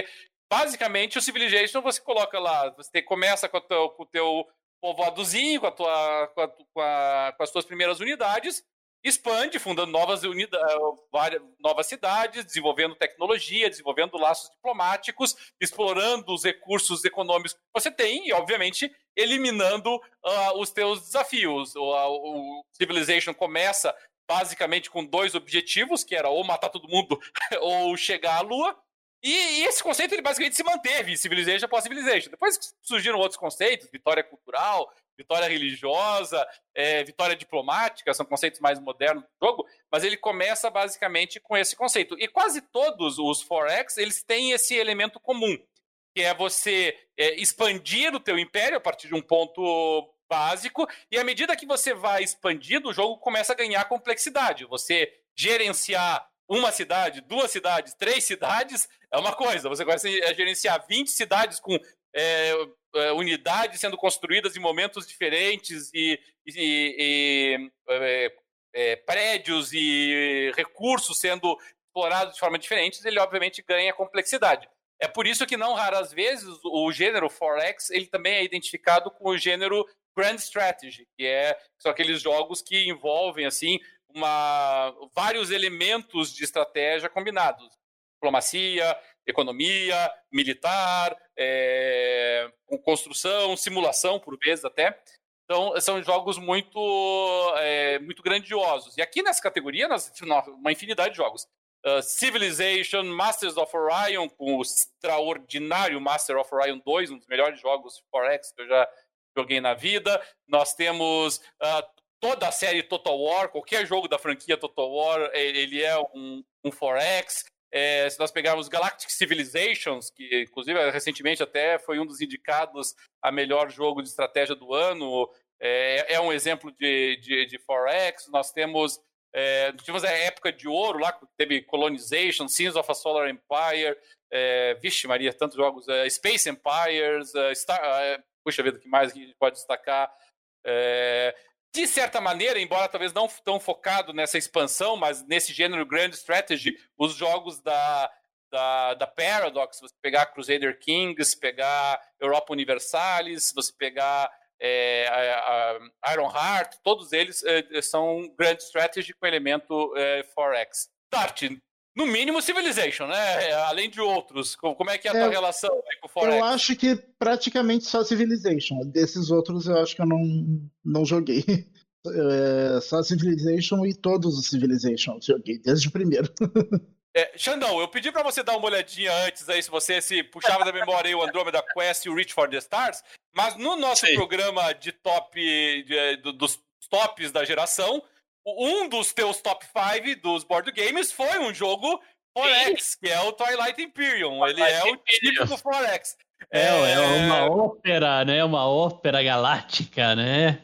basicamente, o Civilization você coloca lá, você começa com, teu, com o teu povoadozinho, com, a tua, com, a, com, a, com as tuas primeiras unidades, expande, fundando novas, unida, várias, novas cidades, desenvolvendo tecnologia, desenvolvendo laços diplomáticos, explorando os recursos econômicos que você tem e, obviamente, eliminando uh, os teus desafios. O, o Civilization começa basicamente com dois objetivos, que era ou matar todo mundo ou chegar à Lua. E, e esse conceito ele basicamente se manteve, Civilization após Civilization. Depois surgiram outros conceitos, vitória cultural, vitória religiosa, é, vitória diplomática, são conceitos mais modernos do jogo, mas ele começa basicamente com esse conceito. E quase todos os four X, eles têm esse elemento comum, que é você é, expandir o teu império a partir de um ponto básico, e à medida que você vai expandindo, o jogo começa a ganhar complexidade. Você gerenciar uma cidade, duas cidades, três cidades, é uma coisa. Você começa a gerenciar vinte cidades com é, unidades sendo construídas em momentos diferentes e, e, e é, é, prédios e recursos sendo explorados de forma diferente, ele obviamente ganha complexidade. É por isso que não raras vezes o gênero four X ele também é identificado com o gênero Grand Strategy, que é, são aqueles jogos que envolvem assim, uma, vários elementos de estratégia combinados. Diplomacia, economia, militar, é, construção, simulação, por vezes até. Então, são jogos muito, é, muito grandiosos. E aqui nessa categoria, nós temos uma infinidade de jogos. Uh, Civilization, Masters of Orion, com o extraordinário Master of Orion dois, um dos melhores jogos four X que eu já joguei na vida. Nós temos uh, toda a série Total War, qualquer jogo da franquia Total War, ele é um, um four X. É, se nós pegarmos Galactic Civilizations, que inclusive recentemente até foi um dos indicados a melhor jogo de estratégia do ano, é, é um exemplo de, de, de four X. Nós temos, é, tivemos a época de ouro lá, que teve Colonization, Sins of a Solar Empire, é, vixe Maria, tantos jogos, é, Space Empires, é, Star, é, puxa vida, o que mais a gente pode destacar? É, de certa maneira, embora talvez não tão focado nessa expansão, mas nesse gênero Grand Strategy, os jogos da, da, da Paradox, você pegar Crusader Kings, pegar Europa Universalis, você pegar é, a, a Iron Heart, todos eles é, são Grand Strategy com elemento é, four X. Dart, no mínimo Civilization, né? Além de outros. Como é que é a tua é, relação aí com o four X? Eu acho que praticamente só Civilization. Desses outros eu acho que eu não, não joguei. É, só Civilization e todos os Civilization joguei, desde o primeiro. É, Xandão, eu pedi pra você dar uma olhadinha antes aí, se você se puxava da memória aí o Andromeda Quest e o Reach for the Stars, mas no nosso Sim. programa de top, de, de, dos tops da geração, um dos teus top cinco dos board games foi um jogo four X, que é o Twilight Imperium. Twilight Ele é Imperium. O típico four X. É, é... é uma ópera, né? Uma ópera galáctica, né?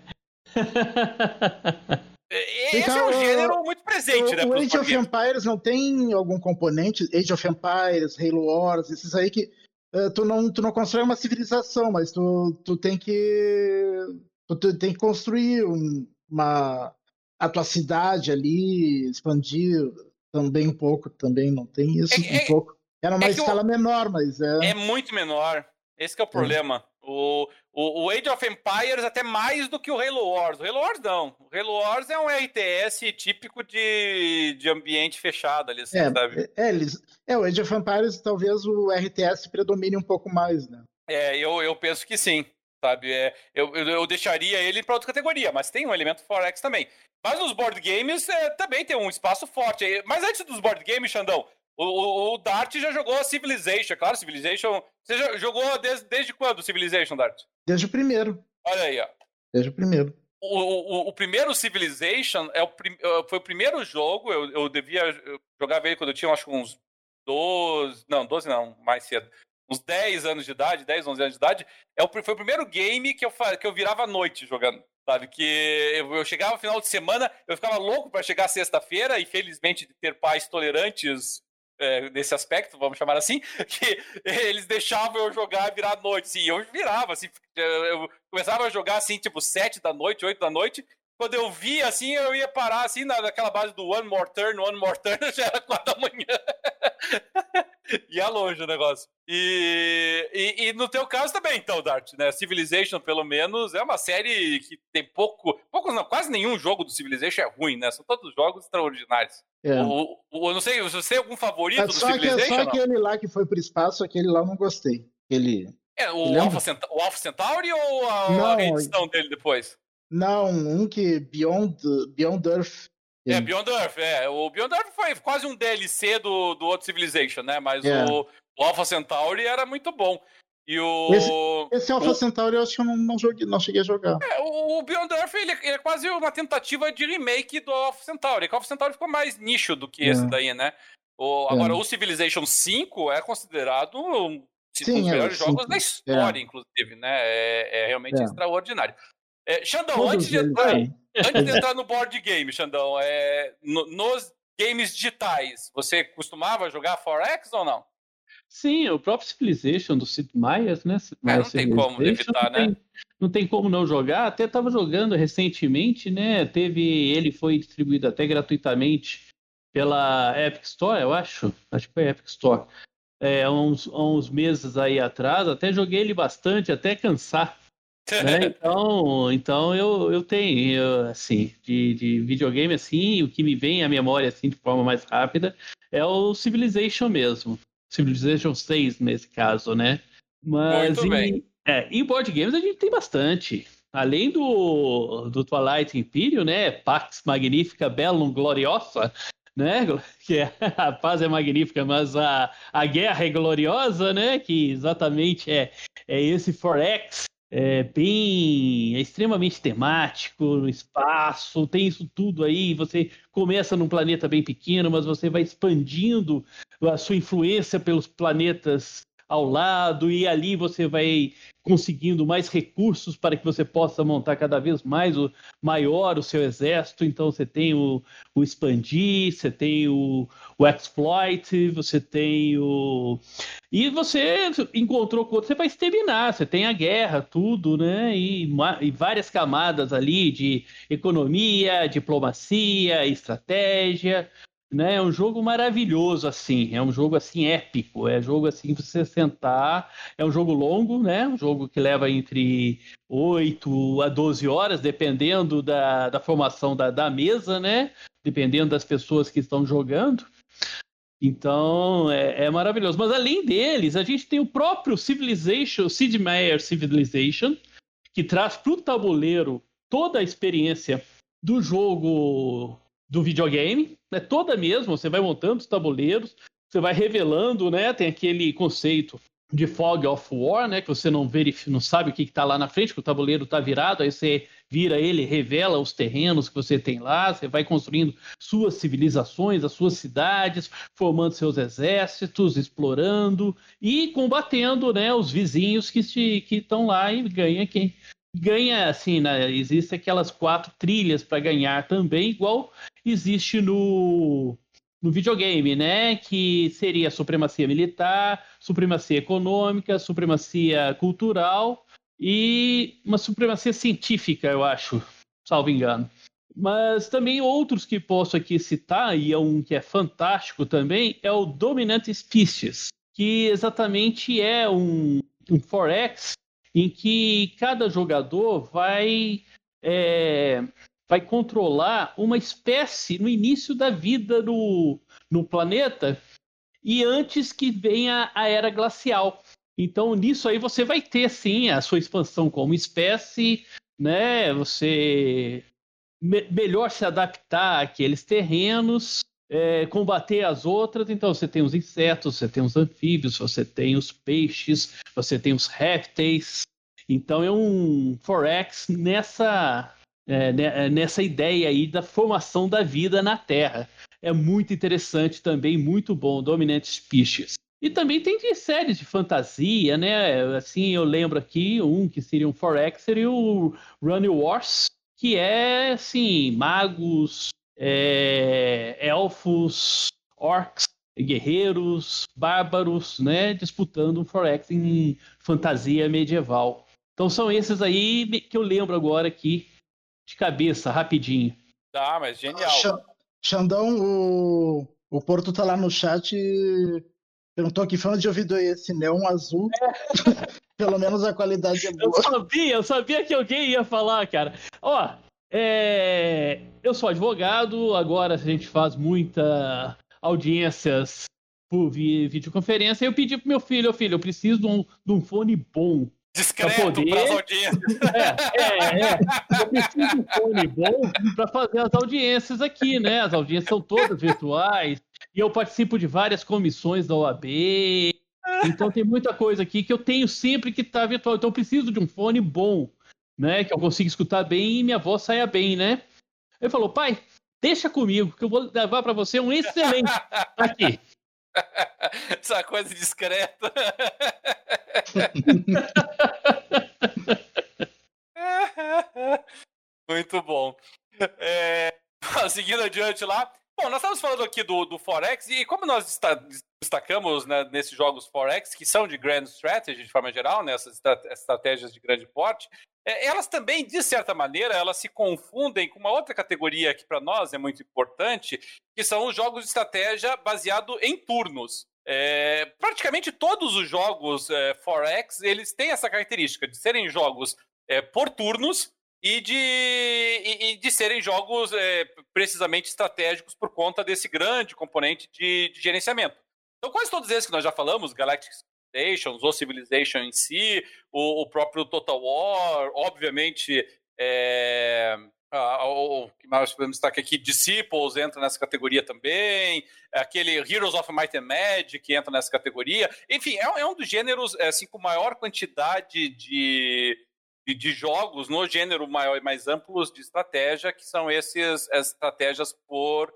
Esse então, é um gênero muito presente, o, né? O Age of Empires não tem algum componente? Age of Empires, Halo Wars, esses aí que uh, tu, não, tu não constrói uma civilização, mas tu, tu tem que tu, tu tem que construir um, uma a tua cidade ali, expandir também um pouco, também não tem isso é, um é, pouco. Era uma é escala o... menor, mas é... É muito menor. Esse que é o problema. É. O, o, o Age of Empires até mais do que o Halo Wars. O Halo Wars não. O Halo Wars é um R T S típico de, de ambiente fechado ali, assim, é, sabe? É, eles, é, o Age of Empires talvez o R T S predomine um pouco mais, né? É, eu, eu penso que sim, sabe? É, eu, eu, eu deixaria ele para outra categoria, mas tem um elemento four X também. Mas nos board games é, também tem um espaço forte. Mas antes dos board games, Xandão, O, o, o Dart já jogou Civilization, claro, Civilization. Você já jogou desde, desde quando Civilization, Dart? Desde o primeiro. Olha aí, ó. Desde o primeiro. O, o, o primeiro Civilization é o, foi o primeiro jogo, eu, eu devia eu jogava ele quando eu tinha acho que uns doze, não, doze não, mais cedo. Uns dez anos de idade, dez, onze anos de idade. É o, foi o primeiro game que eu, que eu virava à noite jogando. Sabe, que eu, eu chegava no final de semana, eu ficava louco para chegar sexta-feira, e felizmente de ter pais tolerantes é, nesse aspecto, vamos chamar assim, que eles deixavam eu jogar virar à noite, e eu virava, assim, eu começava a jogar assim, tipo, sete da noite, oito da noite, quando eu via, assim, eu ia parar, assim, na, naquela base do One More Turn, One More Turn, já era quatro da manhã. Ia longe o negócio. E, e, e no teu caso também, então, Dart, né? Civilization, pelo menos, é uma série que tem pouco... Poucos não, quase nenhum jogo do Civilization é ruim, né? São todos jogos extraordinários. É. O, o, eu não sei, você tem algum favorito É do só, Civilization? que, só aquele lá que foi pro espaço, aquele lá eu não gostei. Aquele... É, o, Alpha Centa- o Alpha Centauri ou a, Não, a reedição dele depois? Não, um que Beyond, Beyond Earth. É, Beyond Earth, é. O Beyond Earth foi quase um D L C do, do outro Civilization, né? Mas É. o, o Alpha Centauri era muito bom. E o... Esse, esse Alpha o, Centauri eu acho que eu não, não, joguei, não cheguei a jogar. É, o, o Beyond Earth ele, ele é quase uma tentativa de remake do Alpha Centauri. Que o Alpha Centauri ficou mais nicho do que É. esse daí, né? O, agora, É. o Civilization cinco é considerado um, um Sim, dos é, melhores jogos cinco. da história, É. inclusive, né? É, é realmente É. extraordinário. É, Xandão, Todos antes de, eles entrar, são. antes de entrar no board game, Xandão, é, no- nos games digitais, você costumava jogar four X ou não? Sim, o próprio Civilization do Sid Meier's, né? Sid É, Meier's não tem como Civilization, evitar, não tem, né? não tem como não jogar. Até estava jogando recentemente, né? Teve, ele foi distribuído até gratuitamente pela Epic Store, eu acho. Acho que foi a Epic Store. É, há uns, há uns meses aí atrás, até joguei ele bastante, até cansar. Né? Então, então eu, eu tenho, eu, assim, de, de videogame, assim, o que me vem à memória, assim, de forma mais rápida, é o Civilization mesmo. Civilization seis, nesse caso, né? Mas Muito bem. em, é, em board games a gente tem bastante. Além do, do Twilight Imperium, né? Pax Magnifica Bellum Gloriosa, né? Que é, a paz é magnífica, mas a, a guerra é gloriosa, né? Que exatamente é, é esse four X. É bem, é extremamente temático, no espaço, tem isso tudo aí. Você começa num planeta bem pequeno, mas você vai expandindo a sua influência pelos planetas ao lado, e ali você vai conseguindo mais recursos para que você possa montar cada vez mais o maior o seu exército. Então você tem o, o expandir, você tem o, o exploit, você tem o... E você encontrou com outro, você vai exterminar, você tem a guerra, tudo, né? E, e várias camadas ali de economia, diplomacia, estratégia, né? É um jogo maravilhoso, assim, é um jogo, assim, épico, é um jogo, assim, pra você sentar, é um jogo longo, né? Um jogo que leva entre oito a doze horas, dependendo da, da formação da, da mesa, né? Dependendo das pessoas que estão jogando. Então, é, é maravilhoso. Mas além deles, a gente tem o próprio Civilization, Sid Meier's Civilization, que traz para o tabuleiro toda a experiência do jogo do videogame, né? Toda mesmo, você vai montando os tabuleiros, você vai revelando, né? Tem aquele conceito de Fog of War, né? Que você não, verif- não sabe o que está lá na frente, que o tabuleiro está virado, aí você vira ele, revela os terrenos que você tem lá, você vai construindo suas civilizações, as suas cidades, formando seus exércitos, explorando e combatendo, né, os vizinhos que estão lá, e ganha quem ganha, assim, né, existe aquelas quatro trilhas para ganhar também, igual existe no no videogame, né, que seria supremacia militar, supremacia econômica, supremacia cultural e uma supremacia científica, eu acho, salvo engano. Mas também outros que posso aqui citar, e é um que é fantástico também, é o Dominant Species, que exatamente é um, um four X em que cada jogador vai, é, vai controlar uma espécie no início da vida no, no planeta e antes que venha a Era Glacial. Então, nisso aí você vai ter, sim, a sua expansão como espécie, né? Você me- melhor se adaptar àqueles terrenos, é, combater as outras. Então, você tem os insetos, você tem os anfíbios, você tem os peixes, você tem os répteis. Então, é um four X nessa, é, né, nessa ideia aí da formação da vida na Terra. É muito interessante também, muito bom, Dominant Species. E também tem de séries de fantasia, né? Assim, eu lembro aqui um que seria um four X, seria o Rune Wars, que é, assim, magos, é, elfos, orcs, guerreiros, bárbaros, né? Disputando um four X em fantasia medieval. Então são esses aí que eu lembro agora aqui, de cabeça, rapidinho. Tá, mas genial. Xa- Xandão, o, o Porto tá lá no chat Perguntou que fã de ouvido é esse, neon azul. É. Pelo menos a qualidade é boa. Eu sabia, eu sabia que alguém ia falar, cara. Ó, é... eu sou advogado, agora a gente faz muita audiências por videoconferência. Eu pedi pro meu filho, filho, eu preciso de um, de um fone bom. Discreto para poder... as audiências. É, é, é. Eu preciso de um fone bom para fazer as audiências aqui, né? As audiências são todas virtuais e eu participo de várias comissões da O A B. Então tem muita coisa aqui que eu tenho sempre que estar tá virtual. Então eu preciso de um fone bom, né? Que eu consiga escutar bem e minha voz saia bem, né? Ele falou, pai, deixa comigo que eu vou levar para você um excelente aqui. Essa coisa discreta. Muito bom. É, seguindo adiante lá. Bom, nós estamos falando aqui do, do Forex, e como nós destacamos, né, nesses jogos Forex, que são de Grand Strategy, de forma geral, né, essas estratégias de grande porte, é, elas também, de certa maneira, elas se confundem com uma outra categoria que para nós é muito importante, que são os jogos de estratégia baseado em turnos. É, praticamente todos os jogos é, Forex, eles têm essa característica de serem jogos é, por turnos e de, e, e de serem jogos é, precisamente estratégicos por conta desse grande componente de, de gerenciamento. Então, quase todos esses que nós já falamos, Galactic Civilizations, ou Civilization em si, o, o próprio Total War, obviamente, é, a, o que mais podemos destacar aqui, Disciples entra nessa categoria também, aquele Heroes of Might and Magic entra nessa categoria. Enfim, é, é um dos gêneros assim, com maior quantidade de... De, de jogos no gênero maior e mais amplos de estratégia, que são esses as estratégias por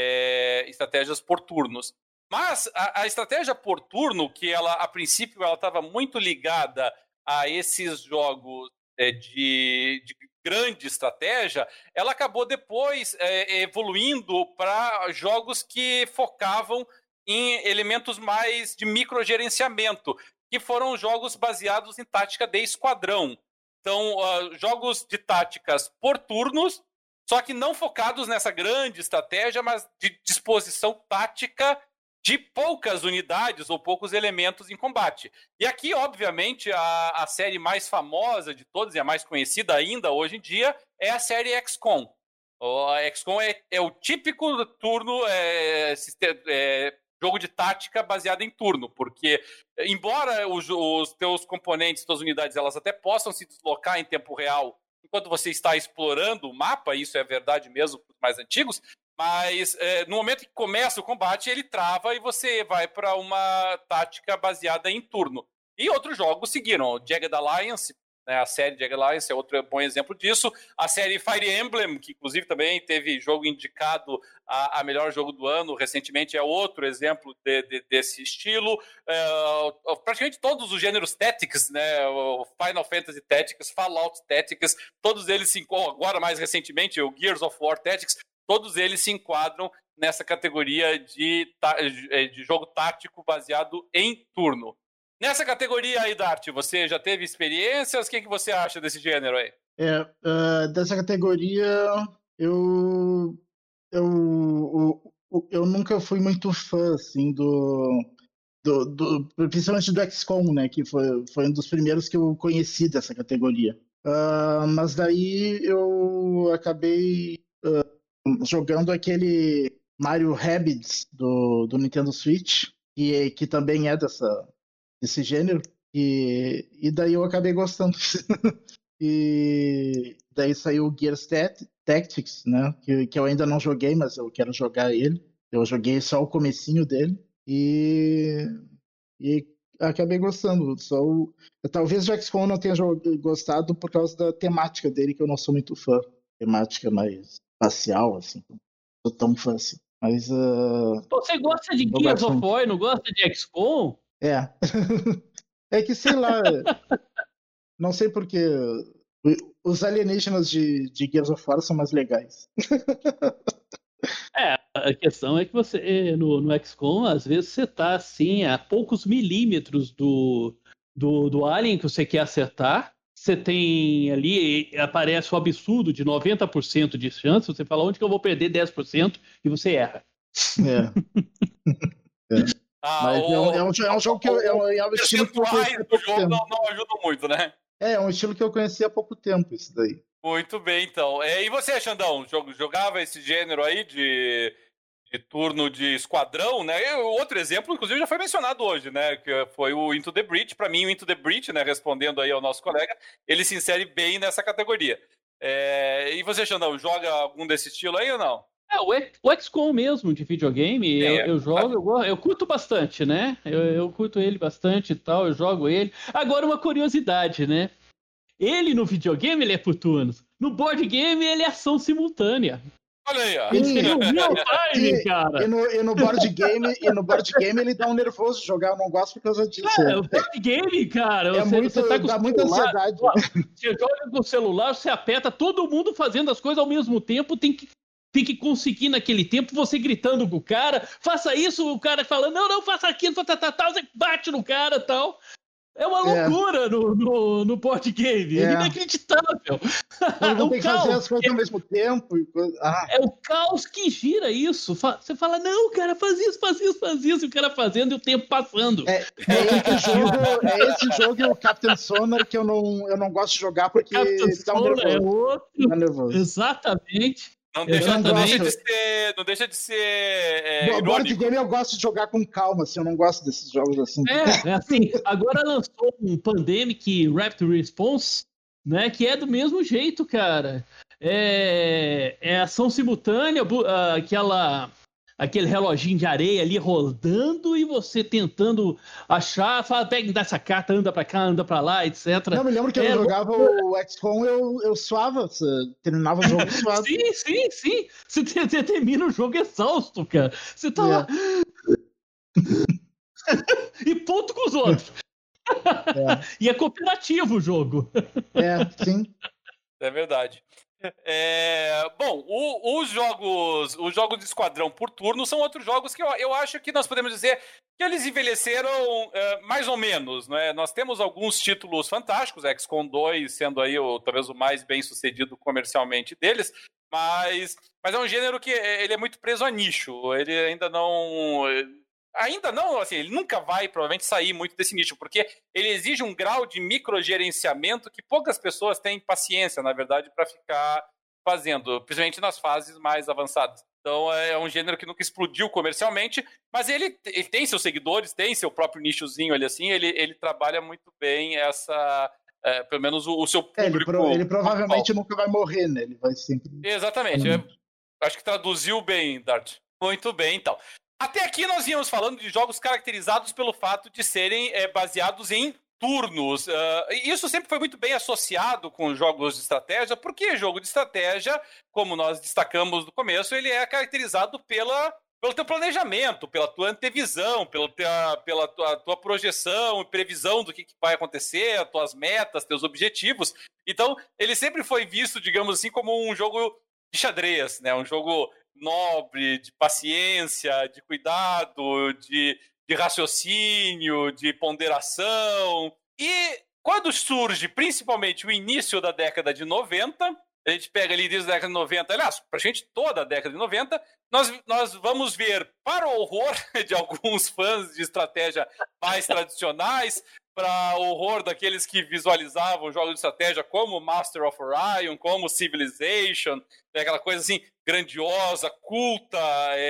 é, estratégias por turnos. Mas a, a estratégia por turno, que ela a princípio ela estava muito ligada a esses jogos é, de, de grande estratégia, ela acabou depois é, evoluindo para jogos que focavam em elementos mais de microgerenciamento, que foram jogos baseados em tática de esquadrão. Então, uh, jogos de táticas por turnos, só que não focados nessa grande estratégia, mas de disposição tática de poucas unidades ou poucos elementos em combate. E aqui, obviamente, a, a série mais famosa de todas e a mais conhecida ainda hoje em dia é a série X COM. A X COM é, é o típico turno... É, é, jogo de tática baseado em turno, porque embora os, os teus componentes, suas unidades, elas até possam se deslocar em tempo real enquanto você está explorando o mapa, isso é verdade mesmo para os mais antigos, mas é, no momento que começa o combate, ele trava e você vai para uma tática baseada em turno. E outros jogos seguiram, o Jagged Alliance, né, a série Jagged Alliance é outro bom exemplo disso, a série Fire Emblem, que inclusive também teve jogo indicado a, a melhor jogo do ano, recentemente é outro exemplo de, de, desse estilo, é, praticamente todos os gêneros Tactics, né, o Final Fantasy Tactics, Fallout Tactics, todos eles se enquadram, agora mais recentemente o Gears of War Tactics, todos eles se enquadram nessa categoria de, de jogo tático baseado em turno. Nessa categoria aí, Dart, você já teve experiências? O que, que você acha desse gênero aí? É, uh, dessa categoria, eu, eu, eu, eu nunca fui muito fã, assim, do, do, do principalmente do X COM, né, que foi, foi um dos primeiros que eu conheci dessa categoria. Uh, mas daí eu acabei uh, jogando aquele Mario Rabbids do, do Nintendo Switch, que, que também é dessa... desse gênero, e, e daí eu acabei gostando. E daí saiu o Gears Tactics, né, que, que eu ainda não joguei, mas eu quero jogar ele. Eu joguei só o comecinho dele, e, e acabei gostando. Só o, talvez o X COM não tenha gostado por causa da temática dele, que eu não sou muito fã. Temática mais espacial, assim. Não sou tão fã assim. Mas, uh, você gosta de Gears of War, não gosta de X COM? É. É que, sei lá, não sei porque os alienígenas de, de Gears of War são mais legais. É, a questão é que você, no, no X COM, às vezes você tá assim, a poucos milímetros do, do, do alien que você quer acertar. Você tem ali, aparece o absurdo de noventa por cento de chance, você fala onde que eu vou perder dez por cento e você erra. É. É. Ah, Mas o, é, um, é, um, é um jogo que eu, é um, é um estilo que eu conheci há pouco tempo. Não, não ajuda muito, né? É, é um estilo que eu conheci há pouco tempo, isso daí. Muito bem, então. É, e você, Xandão, jogava esse gênero aí de, de turno de esquadrão, né? E outro exemplo, inclusive, já foi mencionado hoje, né? Que foi o Into the Breach. Para mim, o Into the Breach, né? Respondendo aí ao nosso colega, ele se insere bem nessa categoria. É, e você, Xandão, joga algum desse estilo aí ou não? É, o, o X COM mesmo, de videogame, eu, eu jogo, eu, eu curto bastante, né? Eu, eu curto ele bastante e tal, eu jogo ele. Agora, uma curiosidade, né? Ele no videogame, ele é por turnos. No board game, ele é ação simultânea. Olha aí, ó. Ele é um real time, e, cara. E no, e no board game, e no board game ele dá um nervoso de jogar, eu não gosto por causa disso. Cara, o board game, cara, é você, muito, você tá com dá muita ansiedade. Ó, você joga com o celular, você aperta, todo mundo fazendo as coisas ao mesmo tempo, tem que Tem que conseguir naquele tempo, você gritando com o cara, faça isso, o cara falando, não, não, faça aquilo, tal, tal, tal, você bate no cara e tal. É uma loucura é. no, no, no board game, é, é inacreditável. Não tem que fazer as coisas ao mesmo tempo. Ah. É o caos que gira isso. Você fala, não, cara, faz isso, faz isso, faz isso, e o cara fazendo e o tempo passando. É, é, esse, jogo, é esse jogo e o Captain Sonar que eu não, eu não gosto de jogar porque Captain dá um nervoso. É outro. Dá nervoso. Exatamente. Não deixa, não deixa de ser. Não deixa de ser. É, board game eu gosto de jogar com calma, assim, eu não gosto desses jogos assim. É, é assim, agora lançou um Pandemic Rapid Response, né? Que é do mesmo jeito, cara. É, é ação simultânea, aquela. Aquele reloginho de areia ali rodando e você tentando achar, fala, pega dessa carta, anda pra cá, anda pra lá, etcétera. Não, me lembro que é, eu jogava o X COM, eu, eu suava, você terminava o jogo suave. Sim, sim, sim. Você, você termina o jogo exausto, cara. Você tá yeah. lá. E ponto com os outros. É. E é cooperativo o jogo. É, sim. É verdade. É, bom, o, os jogos os jogos de esquadrão por turno são outros jogos que eu, eu acho que nós podemos dizer que eles envelheceram é, mais ou menos, né? Nós temos alguns títulos fantásticos, X COM dois sendo aí o, talvez o mais bem sucedido comercialmente deles, mas, mas é um gênero que ele é muito preso a nicho, ele ainda não... Ainda não, assim, ele nunca vai provavelmente sair muito desse nicho, porque ele exige um grau de microgerenciamento que poucas pessoas têm paciência, na verdade, para ficar fazendo, principalmente nas fases mais avançadas. Então é um gênero que nunca explodiu comercialmente, mas ele, ele tem seus seguidores, tem seu próprio nichozinho ali assim, ele, ele trabalha muito bem essa... É, pelo menos o, o seu público... É, ele, pro, ele provavelmente nunca vai morrer, né? Ele vai sempre... Exatamente. Hum. É, acho que traduziu bem, Dart. Muito bem, então. Até aqui nós íamos falando de jogos caracterizados pelo fato de serem é, baseados em turnos. Uh, isso sempre foi muito bem associado com jogos de estratégia, porque jogo de estratégia, como nós destacamos no começo, ele é caracterizado pela, pelo teu planejamento, pela tua antevisão, pela, tua, pela tua, tua projeção e previsão do que, que vai acontecer, as tuas metas, teus objetivos. Então, ele sempre foi visto, digamos assim, como um jogo de xadrez, né? Um jogo nobre, de paciência, de cuidado, de, de raciocínio, de ponderação. E quando surge, principalmente, o início da década de noventa, a gente pega ali desde a década de noventa, aliás, praticamente toda a década de noventa, nós, nós vamos ver, para o horror de alguns fãs de estratégia mais tradicionais, para o horror daqueles que visualizavam jogos de estratégia como Master of Orion, como Civilization, né, aquela coisa assim, grandiosa, culta,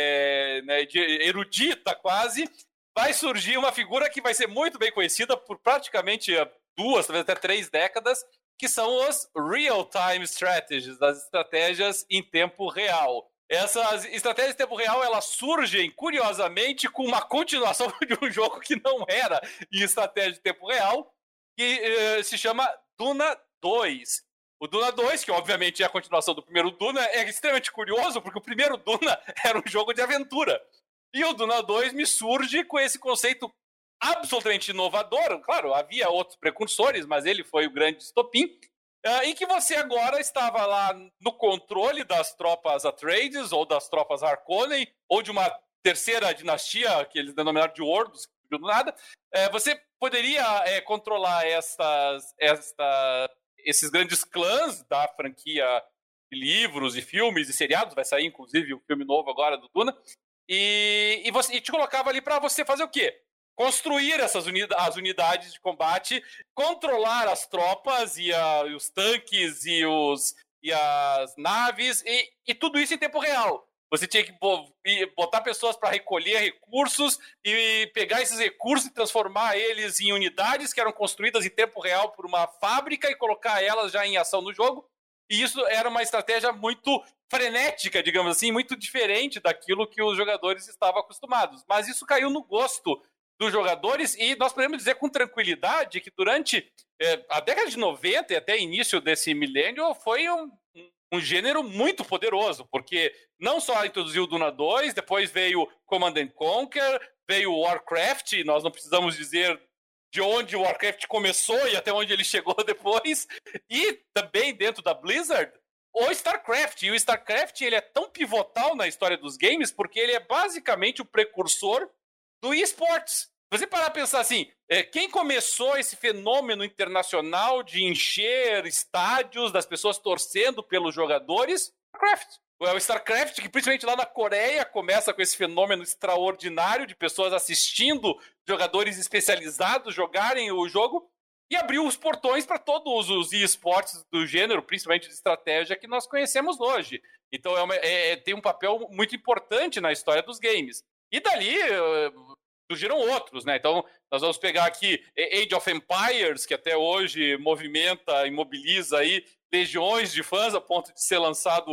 é, né, de, erudita quase, vai surgir uma figura que vai ser muito bem conhecida por praticamente duas, talvez até três décadas, que são os Real-Time Strategies, as estratégias em tempo real. Essas estratégias em tempo real, elas surgem, curiosamente, com uma continuação de um jogo que não era em estratégia de tempo real, que uh, se chama Duna dois. O Duna dois, que obviamente é a continuação do primeiro Duna, é extremamente curioso, porque o primeiro Duna era um jogo de aventura. E o Duna dois me surge com esse conceito absolutamente inovador. Claro, havia outros precursores, mas ele foi o grande estopim. Uh, e que você agora estava lá no controle das tropas Atreides, ou das tropas Harkonnen, ou de uma terceira dinastia, que eles denominaram de Ordos, que não do nada. Uh, você poderia uh, controlar estas, esta, esses grandes clãs da franquia de livros e filmes e seriados, vai sair inclusive o filme novo agora do Duna, e, e, você, e te colocava ali para você fazer o quê? Construir essas unida- as unidades de combate, controlar as tropas e, a, e os tanques e, os, e as naves, e, e tudo isso em tempo real. Você tinha que botar pessoas para recolher recursos e pegar esses recursos e transformar eles em unidades que eram construídas em tempo real por uma fábrica e colocar elas já em ação no jogo. E isso era uma estratégia muito frenética, digamos assim, muito diferente daquilo que os jogadores estavam acostumados. Mas isso caiu no gosto dos jogadores e nós podemos dizer com tranquilidade que durante é, a década de noventa e até início desse milênio foi um, um gênero muito poderoso, porque não só introduziu o Duna dois, depois veio Command and Conquer, veio Warcraft, e nós não precisamos dizer de onde o Warcraft começou e até onde ele chegou depois, e também dentro da Blizzard, o StarCraft. E o StarCraft ele é tão pivotal na história dos games porque ele é basicamente o precursor do eSports. Você parar a pensar assim, quem começou esse fenômeno internacional de encher estádios, das pessoas torcendo pelos jogadores? StarCraft. O StarCraft, que principalmente lá na Coreia, começa com esse fenômeno extraordinário de pessoas assistindo jogadores especializados jogarem o jogo e abriu os portões para todos os eSports do gênero, principalmente de estratégia, que nós conhecemos hoje. Então é uma, é, tem um papel muito importante na história dos games. E dali surgiram outros, né? Então, nós vamos pegar aqui Age of Empires, que até hoje movimenta e mobiliza aí legiões de fãs, a ponto de ser lançado,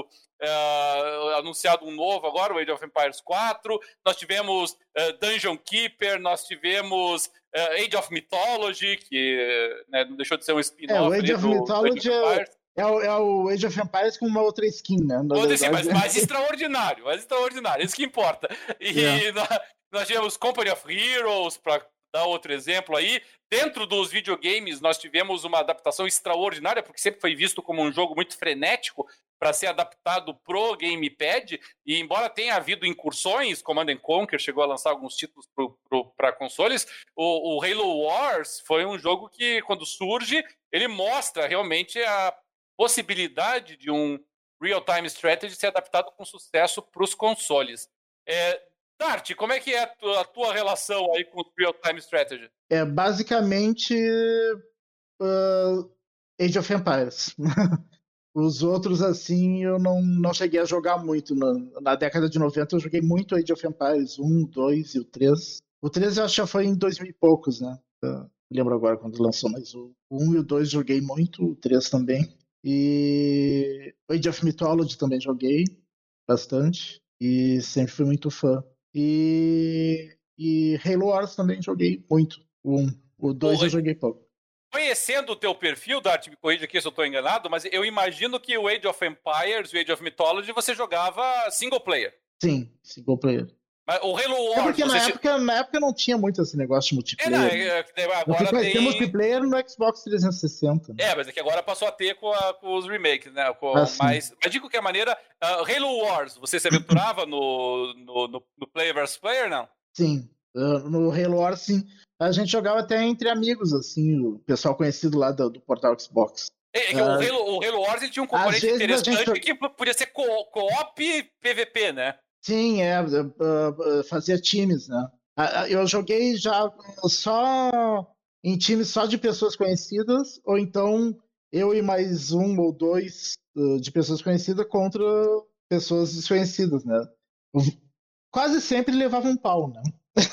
uh, anunciado um novo agora, o Age of Empires quatro. Nós tivemos uh, Dungeon Keeper, nós tivemos uh, Age of Mythology, que né, não deixou de ser um spin-off. É, o Age of do, Mythology do Age of é, é, o, é o Age of Empires com uma outra skin, né? Pode dizer, mas mais extraordinário, mais extraordinário, isso que importa. E yeah. nós, nós tivemos Company of Heroes, para dar outro exemplo aí. Dentro dos videogames, nós tivemos uma adaptação extraordinária, porque sempre foi visto como um jogo muito frenético para ser adaptado pro gamepad, e embora tenha havido incursões, Command and Conquer chegou a lançar alguns títulos para consoles, o, o Halo Wars foi um jogo que, quando surge, ele mostra realmente a possibilidade de um real-time strategy ser adaptado com sucesso para os consoles. É, Dart, como é que é a tua, a tua relação aí com o real-time strategy? É basicamente uh, Age of Empires. Os outros, assim, eu não, não cheguei a jogar muito. Na, na década de noventa eu joguei muito Age of Empires um, dois e o três. O três eu acho que já foi em dois mil e poucos, né? Eu lembro agora quando lançou, mas o um e o dois joguei muito, o três também. E Age of Mythology também joguei bastante e sempre fui muito fã. E, e Halo Wars também joguei muito. O um, o dois eu joguei pouco. Conhecendo o teu perfil, Dart, me corrija aqui se eu estou enganado, mas eu imagino que o Age of Empires, o Age of Mythology, você jogava single player. Sim, single player. Mas o Halo Wars... É porque na, você... época, na época não tinha muito esse negócio de multiplayer. É, não, é, é, agora tem... tem... multiplayer no Xbox trezentos e sessenta. Né? É, mas é que agora passou a ter com, a, com os remakes, né? Com, ah, mas, mas de qualquer maneira, uh, Halo Wars, você se aventurava no, no, no, no player versus player, não? Sim, uh, no Halo Wars, sim. A gente jogava até entre amigos, assim, o pessoal conhecido lá do, do portal Xbox. É, é que uh, o, Halo, o Halo Wars ele tinha um componente interessante gente... que podia ser co- co-op e P V P, né? Sim, é, uh, uh, fazia times, né? Uh, eu joguei já só em times só de pessoas conhecidas, ou então eu e mais um ou dois uh, de pessoas conhecidas contra pessoas desconhecidas, né? Quase sempre levava um pau, né?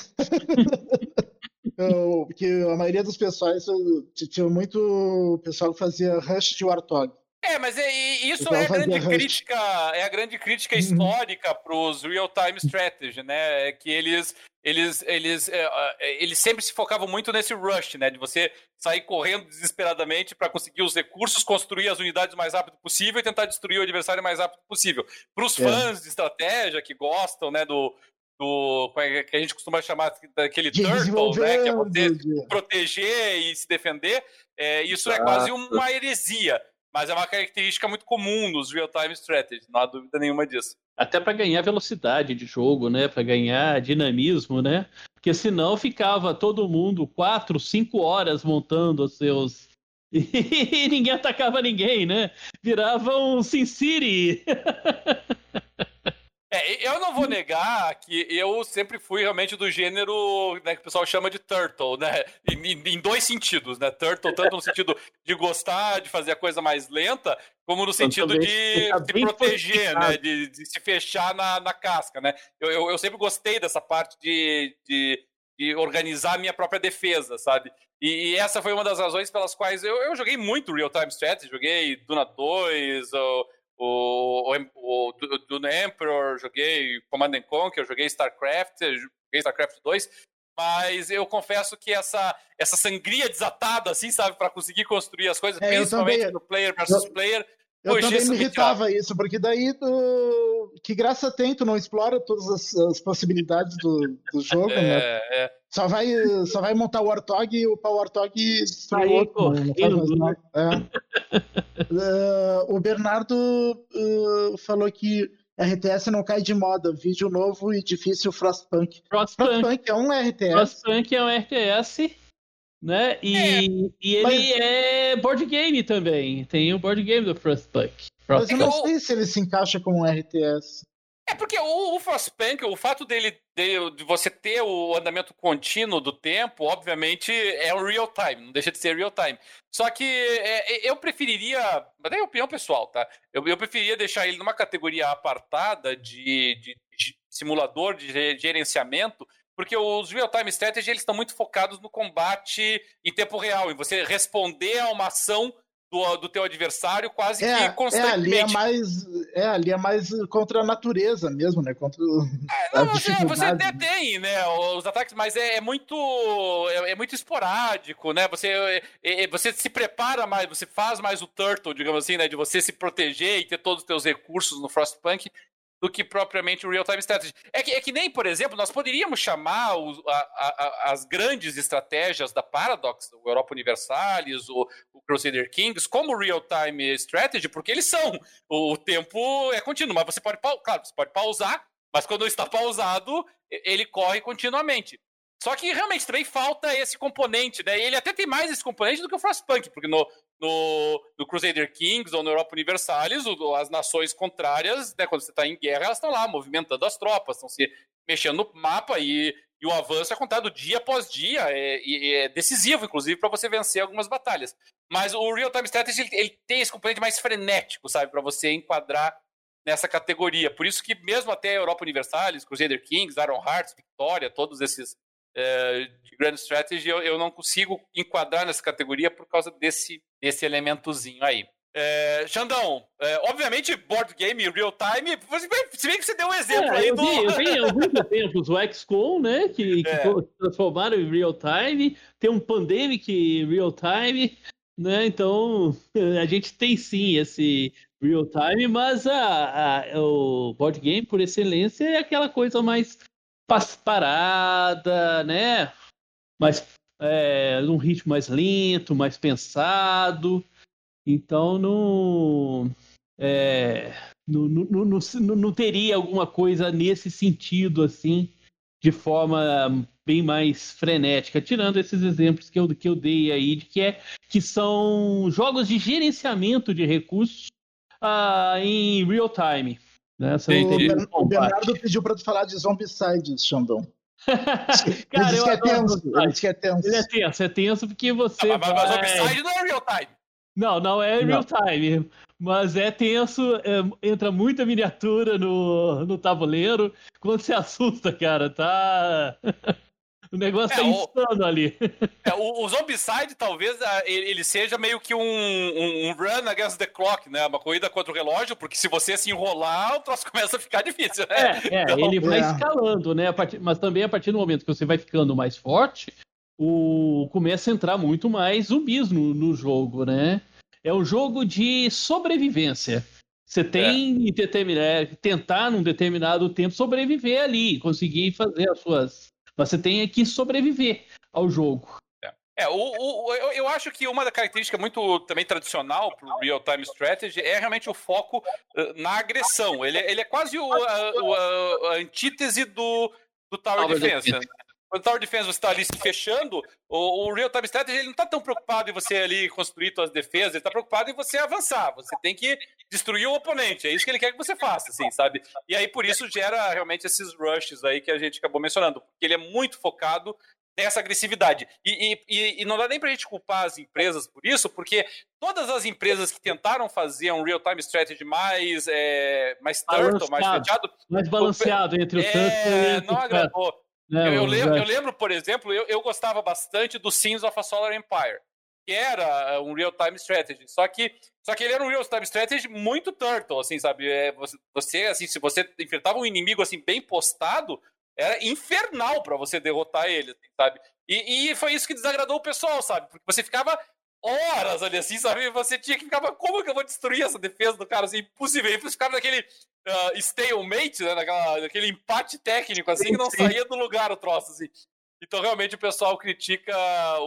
eu, porque a maioria dos pessoais tinha muito pessoal que fazia rush de Warthog. É, mas é, isso é a grande crítica, é a grande crítica histórica para os real-time strategy, né? É que eles, eles, eles, é, eles sempre se focavam muito nesse rush, né? De você sair correndo desesperadamente para conseguir os recursos, construir as unidades o mais rápido possível e tentar destruir o adversário o mais rápido possível. Para os fãs é. de estratégia que gostam, né? Do do que a gente costuma chamar daquele de turtle, né? Que é você de... proteger e se defender. É, isso Exato. É quase uma heresia. Mas é uma característica muito comum nos real-time strategies, não há dúvida nenhuma disso. Até para ganhar velocidade de jogo, né? Para ganhar dinamismo, né? Porque senão ficava todo mundo quatro, cinco horas montando os seus... e ninguém atacava ninguém, né? Virava um Sin City. É, É, eu não vou negar que eu sempre fui realmente do gênero, né, que o pessoal chama de turtle, né? Em, em dois sentidos, né? Turtle, tanto no sentido de gostar de fazer a coisa mais lenta, como no sentido de se proteger, né? De, de se fechar na, na casca, né? Eu, eu, eu sempre gostei dessa parte de, de, de organizar a minha própria defesa, sabe? E, e essa foi uma das razões pelas quais eu, eu joguei muito Real Time Strategy, joguei Duna dois, ou O, o, o Dune Emperor, joguei Command and Conquer, joguei StarCraft, joguei StarCraft dois, mas eu confesso que essa, essa sangria desatada, assim, sabe, para conseguir construir as coisas, é, principalmente também, no player versus eu, player. Eu puxa, também me irritava me isso, porque daí tu, que graça tem, tu não explora todas as, as possibilidades do, do jogo, é, né? É. Só vai, só vai montar o Warthog e o Warthog destruir o outro, não, não faz mais nada. É. uh, o Bernardo uh, falou que R T S não cai de moda, vídeo novo e difícil Frostpunk. Frostpunk, Frostpunk é um R T S. Frostpunk é um R T S, né? E, é, e ele mas... é board game também. Tem o board game do Frostpunk. Mas eu não sei se ele se encaixa com um R T S. É porque o, o Frostpunk, o fato dele, dele, de você ter o andamento contínuo do tempo, obviamente é o real time, não deixa de ser real time. Só que é, eu preferiria, mas é opinião pessoal, tá? Eu, eu preferiria deixar ele numa categoria apartada de, de, de simulador de gerenciamento, porque os real time strategy eles estão muito focados no combate em tempo real, em você responder a uma ação Do, do teu adversário quase é, que constantemente. É, ali é mais, é, ali é mais contra a natureza mesmo, né? Contra é, não, você, você até tem, né, os ataques, mas é, é muito é, é muito esporádico, né? Você, é, você se prepara mais, você faz mais o turtle, digamos assim, né? De você se proteger e ter todos os teus recursos no Frostpunk do que propriamente o real-time strategy. É que, é que nem, por exemplo, nós poderíamos chamar os, a, a, as grandes estratégias da Paradox, o Europa Universalis, o, o Crusader Kings, como real-time strategy, porque eles são. O, o tempo é contínuo, mas você pode, claro, você pode pausar, mas quando está pausado, ele corre continuamente. Só que realmente também falta esse componente, né? E ele até tem mais esse componente do que o Frostpunk, porque no, no, no Crusader Kings ou no Europa Universalis, o, as nações contrárias, né, quando você está em guerra, elas estão lá movimentando as tropas, estão se mexendo no mapa e, e o avanço é contado dia após dia, é, é decisivo, inclusive, para você vencer algumas batalhas. Mas o Real Time Strategy ele, ele tem esse componente mais frenético, sabe, para você enquadrar nessa categoria. Por isso que mesmo até a Europa Universalis, Crusader Kings, Iron Hearts, Victoria, todos esses É, de Grand Strategy, eu, eu não consigo enquadrar nessa categoria por causa desse, desse elementozinho aí. É, Xandão, é, obviamente, board game real time, se bem que você deu um exemplo é, aí eu do... Vi, eu tenho alguns exemplos, o X COM, né, que, que é. transformaram em real time, tem um Pandemic real time, né, então a gente tem sim esse real time, mas a, a, o board game, por excelência, é aquela coisa mais parada, né? Mas é, num ritmo mais lento, mais pensado. Então não, é, não, não, não, não, não teria alguma coisa nesse sentido assim, de forma bem mais frenética, tirando esses exemplos que eu, que eu dei aí, de que, é, que são jogos de gerenciamento de recursos ah, em real time. Nessa o, Bern, o Bernardo pediu para tu falar de Zombicide, Xandão. Cara, ele, disse que é tenso, ele disse que é tenso. Ele é tenso, é tenso porque você. Ah, mas, vai... mas Zombicide não é real time. Não, não é não. real time. Mas é tenso, é, entra muita miniatura no, no tabuleiro. Quando você assusta, cara, tá. O negócio é, tá insano o, ali. É, o, o Zombicide, talvez, ele, ele seja meio que um, um, um run against the clock, né? Uma corrida contra o relógio, porque se você se enrolar, o troço começa a ficar difícil, né? É, é então, ele vai é. escalando, né? A partir, mas também a partir do momento que você vai ficando mais forte, o, começa a entrar muito mais zumbis no, no jogo, né? É um jogo de sobrevivência. Você tem que é. tentar, num determinado tempo, sobreviver ali, conseguir fazer as suas... Mas você tem que sobreviver ao jogo. É, é o, o, eu, eu acho que uma da característica muito também tradicional para o Real Time Strategy é realmente o foco uh, na agressão. Ele, ele é quase o, a, a, a antítese do, do Tower Defense. Defense. quando Tower Defense você está ali se fechando, o, o Real Time Strategy ele não está tão preocupado em você ali construir suas defesas, ele está preocupado em você avançar. Você tem que destruir o oponente, é isso que ele quer que você faça, assim, sabe? E aí por isso gera realmente esses rushes aí que a gente acabou mencionando, porque ele é muito focado nessa agressividade. E, e, e não dá nem pra gente culpar as empresas por isso, porque todas as empresas que tentaram fazer um real-time strategy mais, é, mais turtle, mais fechado... Mais balanceado entre o é, turtle e não agradou. Não, eu, eu, lembro, eu lembro, por exemplo, eu, eu gostava bastante do Sins of a Solar Empire, que era um real-time strategy, só que, só que ele era um real-time strategy muito turtle, assim, sabe? É, você, você, assim, se você enfrentava um inimigo, assim, bem postado, era infernal pra você derrotar ele, assim, sabe? E, e foi isso que desagradou o pessoal, sabe? Porque você ficava horas ali, assim, sabe? Você tinha que ficar, como que eu vou destruir essa defesa do cara, assim, impossível. E você ficava naquele uh, stalemate, né? Naquela, naquele empate técnico, assim, que não saía do lugar o troço, assim. Então, realmente, o pessoal critica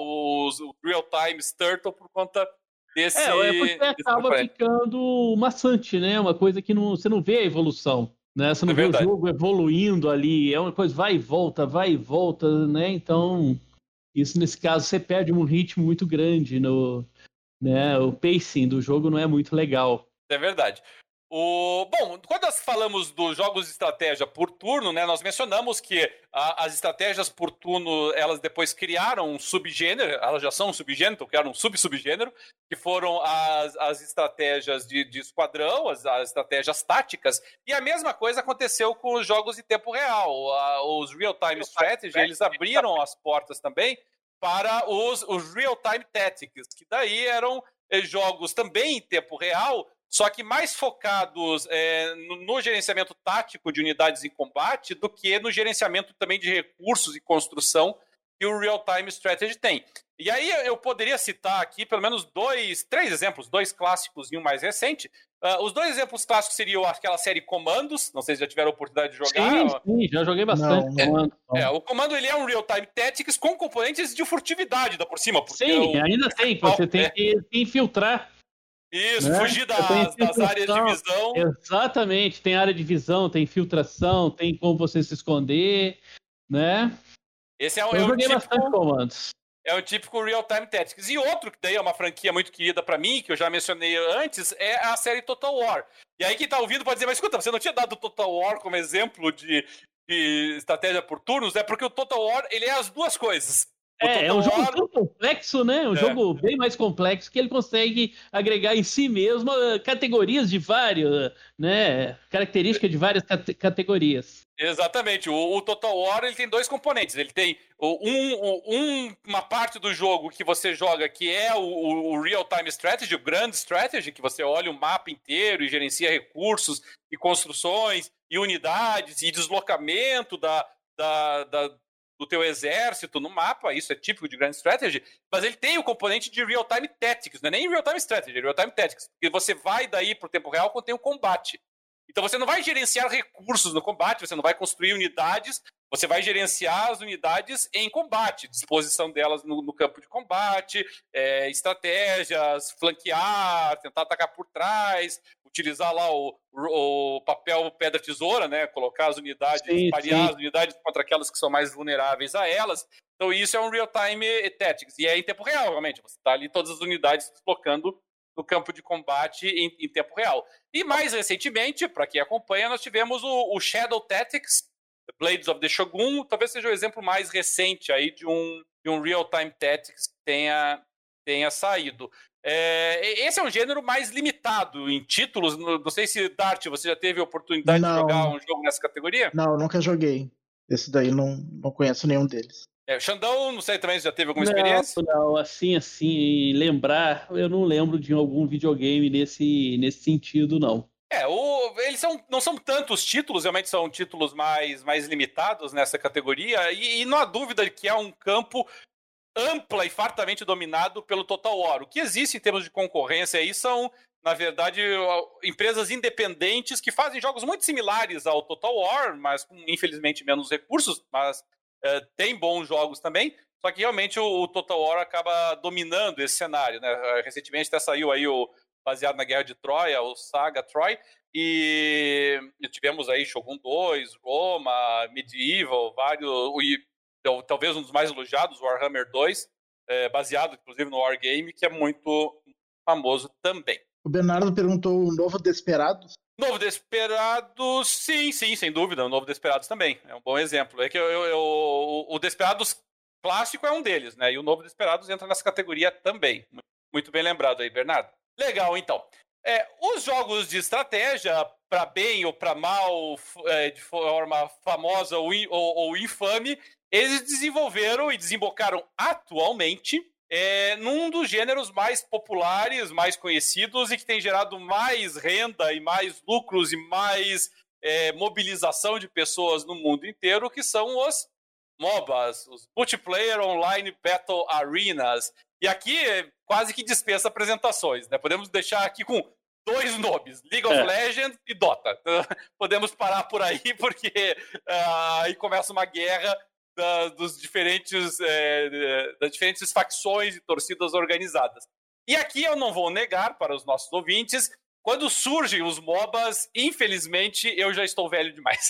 os, o real-time turtle por conta desse... É, é porque acaba ficando maçante, né? Uma coisa que não, você não vê a evolução, né? Você não é vê verdade. O jogo evoluindo ali, é uma coisa vai e volta, vai e volta, né? Então, isso nesse caso, você perde um ritmo muito grande no... Né? O pacing do jogo não é muito legal. É verdade. O... Bom, quando nós falamos dos jogos de estratégia por turno, né, nós mencionamos que a, as estratégias por turno, elas depois criaram um subgênero, elas já são um subgênero, então criaram um sub-subgênero, que foram as, as estratégias de, de esquadrão, as, as estratégias táticas, e a mesma coisa aconteceu com os jogos de tempo real. A, os real-time strategy, eles abriram as portas também para os, os real-time tactics, que daí eram eh, jogos também em tempo real, só que mais focados é, no, no gerenciamento tático de unidades em combate do que no gerenciamento também de recursos e construção que o Real-Time Strategy tem. E aí eu poderia citar aqui pelo menos dois, três exemplos, dois clássicos e um mais recente. Uh, os dois exemplos clássicos seriam aquela série Comandos, não sei se já tiveram a oportunidade de jogar. Sim, sim, já joguei bastante. Não, Comando. É, é, o Comando ele é um Real-Time Tactics com componentes de furtividade da por cima. Sim, o... ainda tem, você tem que infiltrar. Isso, né? fugir das, das áreas de visão. Exatamente, tem área de visão, tem infiltração, tem como você se esconder, né? Esse é um, Eu é um joguei típico, bastante comandos. É o típico Real-Time Tactics. E outro, que daí é uma franquia muito querida pra mim, que eu já mencionei antes, é a série Total War. E aí quem tá ouvindo pode dizer, mas escuta, você não tinha dado o Total War como exemplo de, de estratégia por turnos? É porque o Total War, ele é as duas coisas. É, é um jogo War... tão complexo, né? Um é. jogo bem mais complexo que ele consegue agregar em si mesmo categorias de vários, né? Características de várias cate- categorias. Exatamente. O, o Total War ele tem dois componentes. Ele tem um, um, uma parte do jogo que você joga que é o, o Real-Time Strategy, o Grand Strategy, que você olha o mapa inteiro e gerencia recursos e construções e unidades e deslocamento da, da, da do teu exército no mapa, isso é típico de Grand Strategy, mas ele tem o componente de Real-Time Tactics, não é nem Real-Time Strategy, é Real-Time Tactics, porque você vai daí pro tempo real quando tem o combate. Então você não vai gerenciar recursos no combate, você não vai construir unidades, você vai gerenciar as unidades em combate, disposição delas no, no campo de combate, é, estratégias, flanquear, tentar atacar por trás, utilizar lá o, o papel pedra-tesoura, né? Colocar as unidades, sim, parear sim. as unidades contra aquelas que são mais vulneráveis a elas. Então isso é um real-time tactics. E é em tempo real, realmente. Você está ali todas as unidades deslocando no campo de combate em, em tempo real. E mais recentemente, para quem acompanha, nós tivemos o, o Shadow Tactics, Blades of the Shogun, talvez seja o exemplo mais recente aí de um, de um real-time tactics que tenha, tenha saído. É, esse é um gênero mais limitado em títulos. Não sei se, Dart, você já teve a oportunidade não. de jogar um jogo nessa categoria? Não, nunca joguei. Esse daí não, não conheço nenhum deles. É, Xandão, não sei também se já teve alguma não, experiência? Não, assim, assim, lembrar, eu não lembro de algum videogame nesse, nesse sentido, não. É, o, eles são, não são tantos títulos, realmente são títulos mais, mais limitados nessa categoria, e, e não há dúvida de que é um campo ampla e fartamente dominado pelo Total War. O que existe em termos de concorrência aí são, na verdade, empresas independentes que fazem jogos muito similares ao Total War, mas com, infelizmente, menos recursos, mas é, tem bons jogos também, só que realmente o, o Total War acaba dominando esse cenário, né? Recentemente até saiu aí o baseado na Guerra de Troia, o Saga Troy, e, e tivemos aí Shogun dois, Roma, Medieval, vários, e talvez um dos mais elogiados, Warhammer dois, é, baseado inclusive no Wargame, que é muito famoso também. O Bernardo perguntou o Novo Desperados. Novo Desperados, sim, sim, sem dúvida. O Novo Desperados também, é um bom exemplo. É que eu, eu, eu, o Desperados clássico é um deles, né? E o Novo Desperados entra nessa categoria também. Muito bem lembrado aí, Bernardo. Legal, então. É, os jogos de estratégia, para bem ou para mal, é, de forma famosa ou, ou, ou infame, eles desenvolveram e desembocaram atualmente é, num dos gêneros mais populares, mais conhecidos e que tem gerado mais renda e mais lucros e mais é, mobilização de pessoas no mundo inteiro, que são os MOBAs, os Multiplayer Online Battle Arenas. E aqui quase que dispensa apresentações, né? Podemos deixar aqui com dois nomes, League of é. Legends e Dota. Podemos parar por aí, porque uh, aí começa uma guerra da, dos diferentes, é, das diferentes facções e torcidas organizadas. E aqui eu não vou negar para os nossos ouvintes, quando surgem os MOBAs, infelizmente, eu já estou velho demais.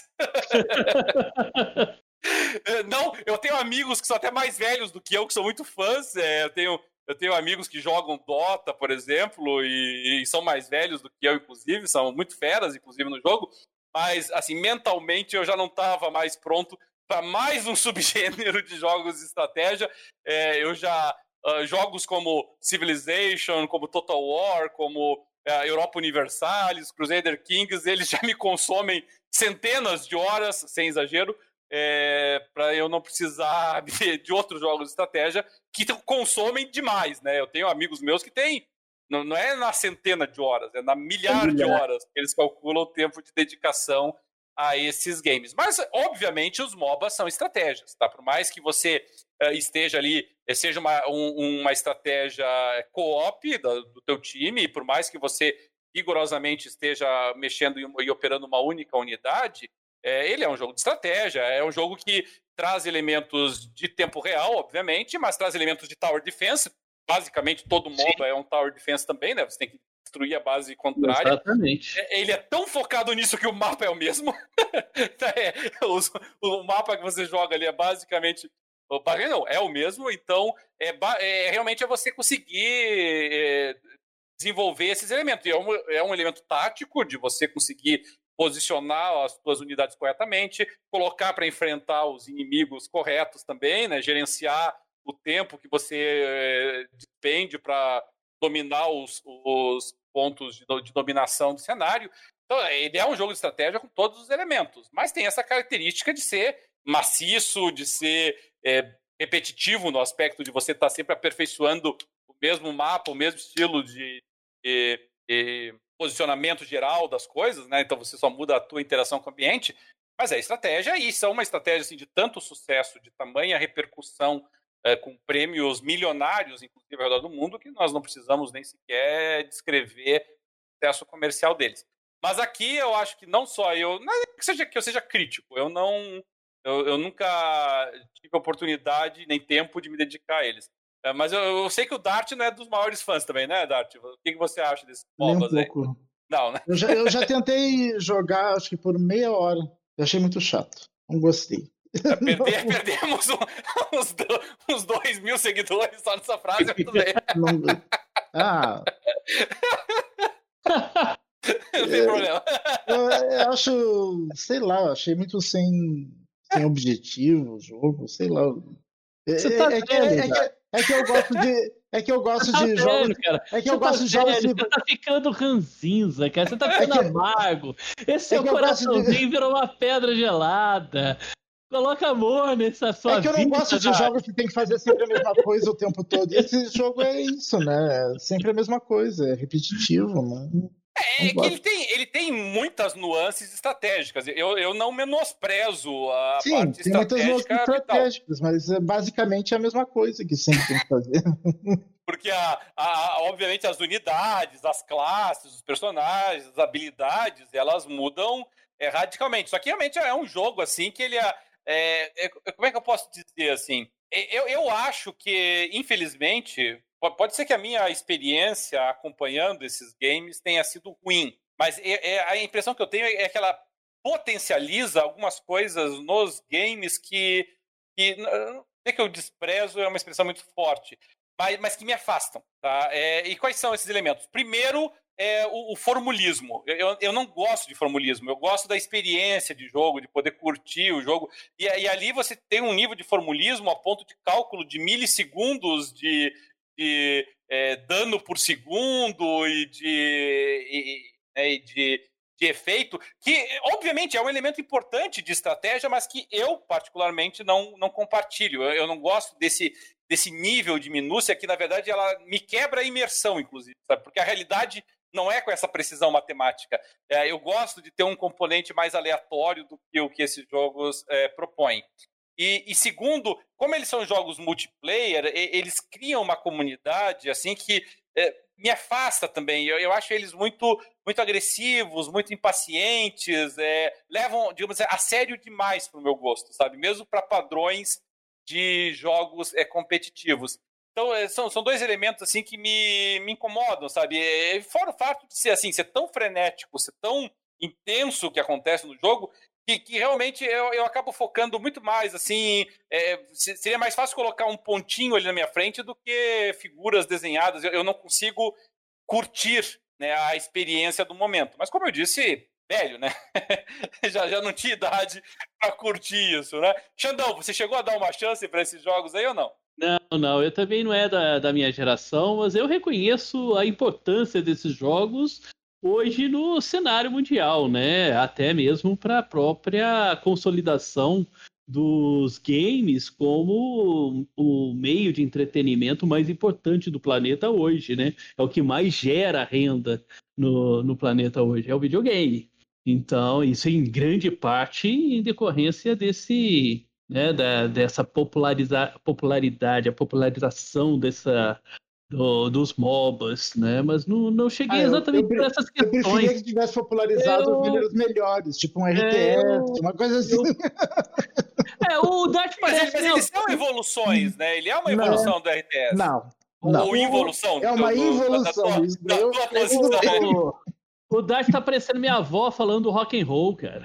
Não, eu tenho amigos que são até mais velhos do que eu, que são muito fãs. É, eu, tenho, eu tenho amigos que jogam Dota, por exemplo, e, e são mais velhos do que eu, inclusive, são muito feras, inclusive, no jogo. Mas, assim, mentalmente eu já não estava mais pronto para mais um subgênero de jogos de estratégia. É, eu já... Uh, jogos como Civilization, como Total War, como uh, Europa Universalis, Crusader Kings, eles já me consomem centenas de horas, sem exagero, é, para eu não precisar de, de outros jogos de estratégia que consomem demais, né? Eu tenho amigos meus que têm, não, não é na centena de horas, é na milhar de horas que eles calculam o tempo de dedicação a esses games. Mas, obviamente, os MOBAs são estratégias, tá? Por mais que você uh, esteja ali, seja uma, um, uma estratégia co-op do, do teu time, e por mais que você rigorosamente esteja mexendo e, e operando uma única unidade, é, ele é um jogo de estratégia, é um jogo que traz elementos de tempo real, obviamente, mas traz elementos de tower defense. Basicamente, todo MOBA Sim. é um tower defense também, né? Você tem que destruir a base contrária. Exatamente. Ele é tão focado nisso que o mapa é o mesmo. é, os, o mapa que você joga ali é basicamente... Não, é o mesmo, então é, é, realmente é você conseguir é, desenvolver esses elementos. E é um, é um elemento tático de você conseguir posicionar as suas unidades corretamente, colocar para enfrentar os inimigos corretos também, né? Gerenciar o tempo que você é, despende para dominar os, os pontos de, de dominação do cenário. Então, ele é um jogo de estratégia com todos os elementos, mas tem essa característica de ser maciço, de ser é, repetitivo no aspecto de você estar sempre aperfeiçoando o mesmo mapa, o mesmo estilo de, de, de posicionamento geral das coisas, né? Então você só muda a tua interação com o ambiente, mas é estratégia, e são uma estratégia assim, de tanto sucesso, de tamanha repercussão, é, com prêmios milionários, inclusive ao redor do mundo, que nós não precisamos nem sequer descrever o sucesso comercial deles. Mas aqui eu acho que não só eu, não é que, seja, que eu seja crítico, eu não... Eu, eu nunca tive oportunidade nem tempo de me dedicar a eles. É, mas eu, eu sei que o Dart não é dos maiores fãs também, né, Dart? O que, que você acha desses MOBAs aí? Um pouco. Não, né? Eu já, eu já tentei jogar, acho que por meia hora. Eu achei muito chato. Não gostei. É, perder, perdemos um, uns, do, uns dois mil seguidores só nessa frase. Tudo bem. Não, ah... Não tem problema. Eu, eu acho, sei lá, achei muito sem... sem objetivo o jogo, sei lá. Você tá é, vendo, que, é, que, é que eu gosto de. É que eu gosto tá de vendo, jogos. Cara. É que você eu gosto tá de jogos. Velho, De... Você tá ficando ranzinza, cara. Você tá ficando é que... amargo. Esse seu é coraçãozinho de... virou uma pedra gelada. Coloca amor nessa sua vida. É que eu não vida, gosto de cara. Jogos que tem que fazer sempre a mesma coisa o tempo todo. E esse jogo é isso, né? É sempre a mesma coisa, é repetitivo, não. É, é que ele tem, ele tem muitas nuances estratégicas. Eu, eu não menosprezo a Sim, parte tem muitas nuances estratégica estratégicas, mas é basicamente a mesma coisa que sempre tem que fazer. Porque, a, a, obviamente, as unidades, as classes, os personagens, as habilidades, elas mudam é, radicalmente. Só que realmente é um jogo assim que ele é, é, é... Como é que eu posso dizer assim? Eu, eu acho que, infelizmente... Pode ser que a minha experiência acompanhando esses games tenha sido ruim, mas é, é, a impressão que eu tenho é que ela potencializa algumas coisas nos games que que, não é que eu desprezo, é uma expressão muito forte, mas, mas que me afastam, tá? É, e quais são esses elementos? Primeiro, é o, o formulismo. Eu, eu não gosto de formulismo, eu gosto da experiência de jogo, de poder curtir o jogo, e, e ali você tem um nível de formulismo a ponto de cálculo de milissegundos de, de é, dano por segundo e de... E, e de de efeito, que obviamente é um elemento importante de estratégia, mas que eu particularmente não, não compartilho. Eu, eu não gosto desse, desse nível de minúcia que, na verdade, ela me quebra a imersão, inclusive, sabe? Porque a realidade não é com essa precisão matemática. É, eu gosto de ter um componente mais aleatório do que o que esses jogos é, propõem. E, e segundo, como eles são jogos multiplayer, eles criam uma comunidade assim que é, me afasta também. Eu, eu acho eles muito, muito agressivos, muito impacientes, é, levam, digamos, a sério demais para o meu gosto, sabe? Mesmo para padrões de jogos é, competitivos. Então, é, são, são dois elementos assim que me, me incomodam, sabe? É, fora o fato de ser assim, ser tão frenético, ser tão intenso o que acontece no jogo, Que, que realmente eu, eu acabo focando muito mais, assim, é, seria mais fácil colocar um pontinho ali na minha frente do que figuras desenhadas. Eu, eu não consigo curtir, né, a experiência do momento. Mas como eu disse, velho, né? já, já não tinha idade para curtir isso, né? Xandão, você chegou a dar uma chance para esses jogos aí ou não? Não, não, eu também não é da, da minha geração, mas eu reconheço a importância desses jogos hoje no cenário mundial, né? Até mesmo para a própria consolidação dos games como o meio de entretenimento mais importante do planeta hoje, né? É o que mais gera renda no, no planeta hoje, é o videogame. Então, isso em grande parte em decorrência desse, né, da, dessa populariza, popularidade, a popularização dessa Do, dos MOBAs, né? Mas não, não cheguei ah, exatamente eu, eu, por essas questões. Eu preferia que tivesse popularizado eu, os gêneros melhores, tipo um R T S, eu, uma coisa assim. Eu, é, o Dart parece... Mas, mas eles são evoluções, né? Ele é uma evolução não, do R T S. Não, não. Ou involução. É uma do, involução. Do, da, tua, da tua posição. O, o Dart tá parecendo minha avó falando rock and roll, cara.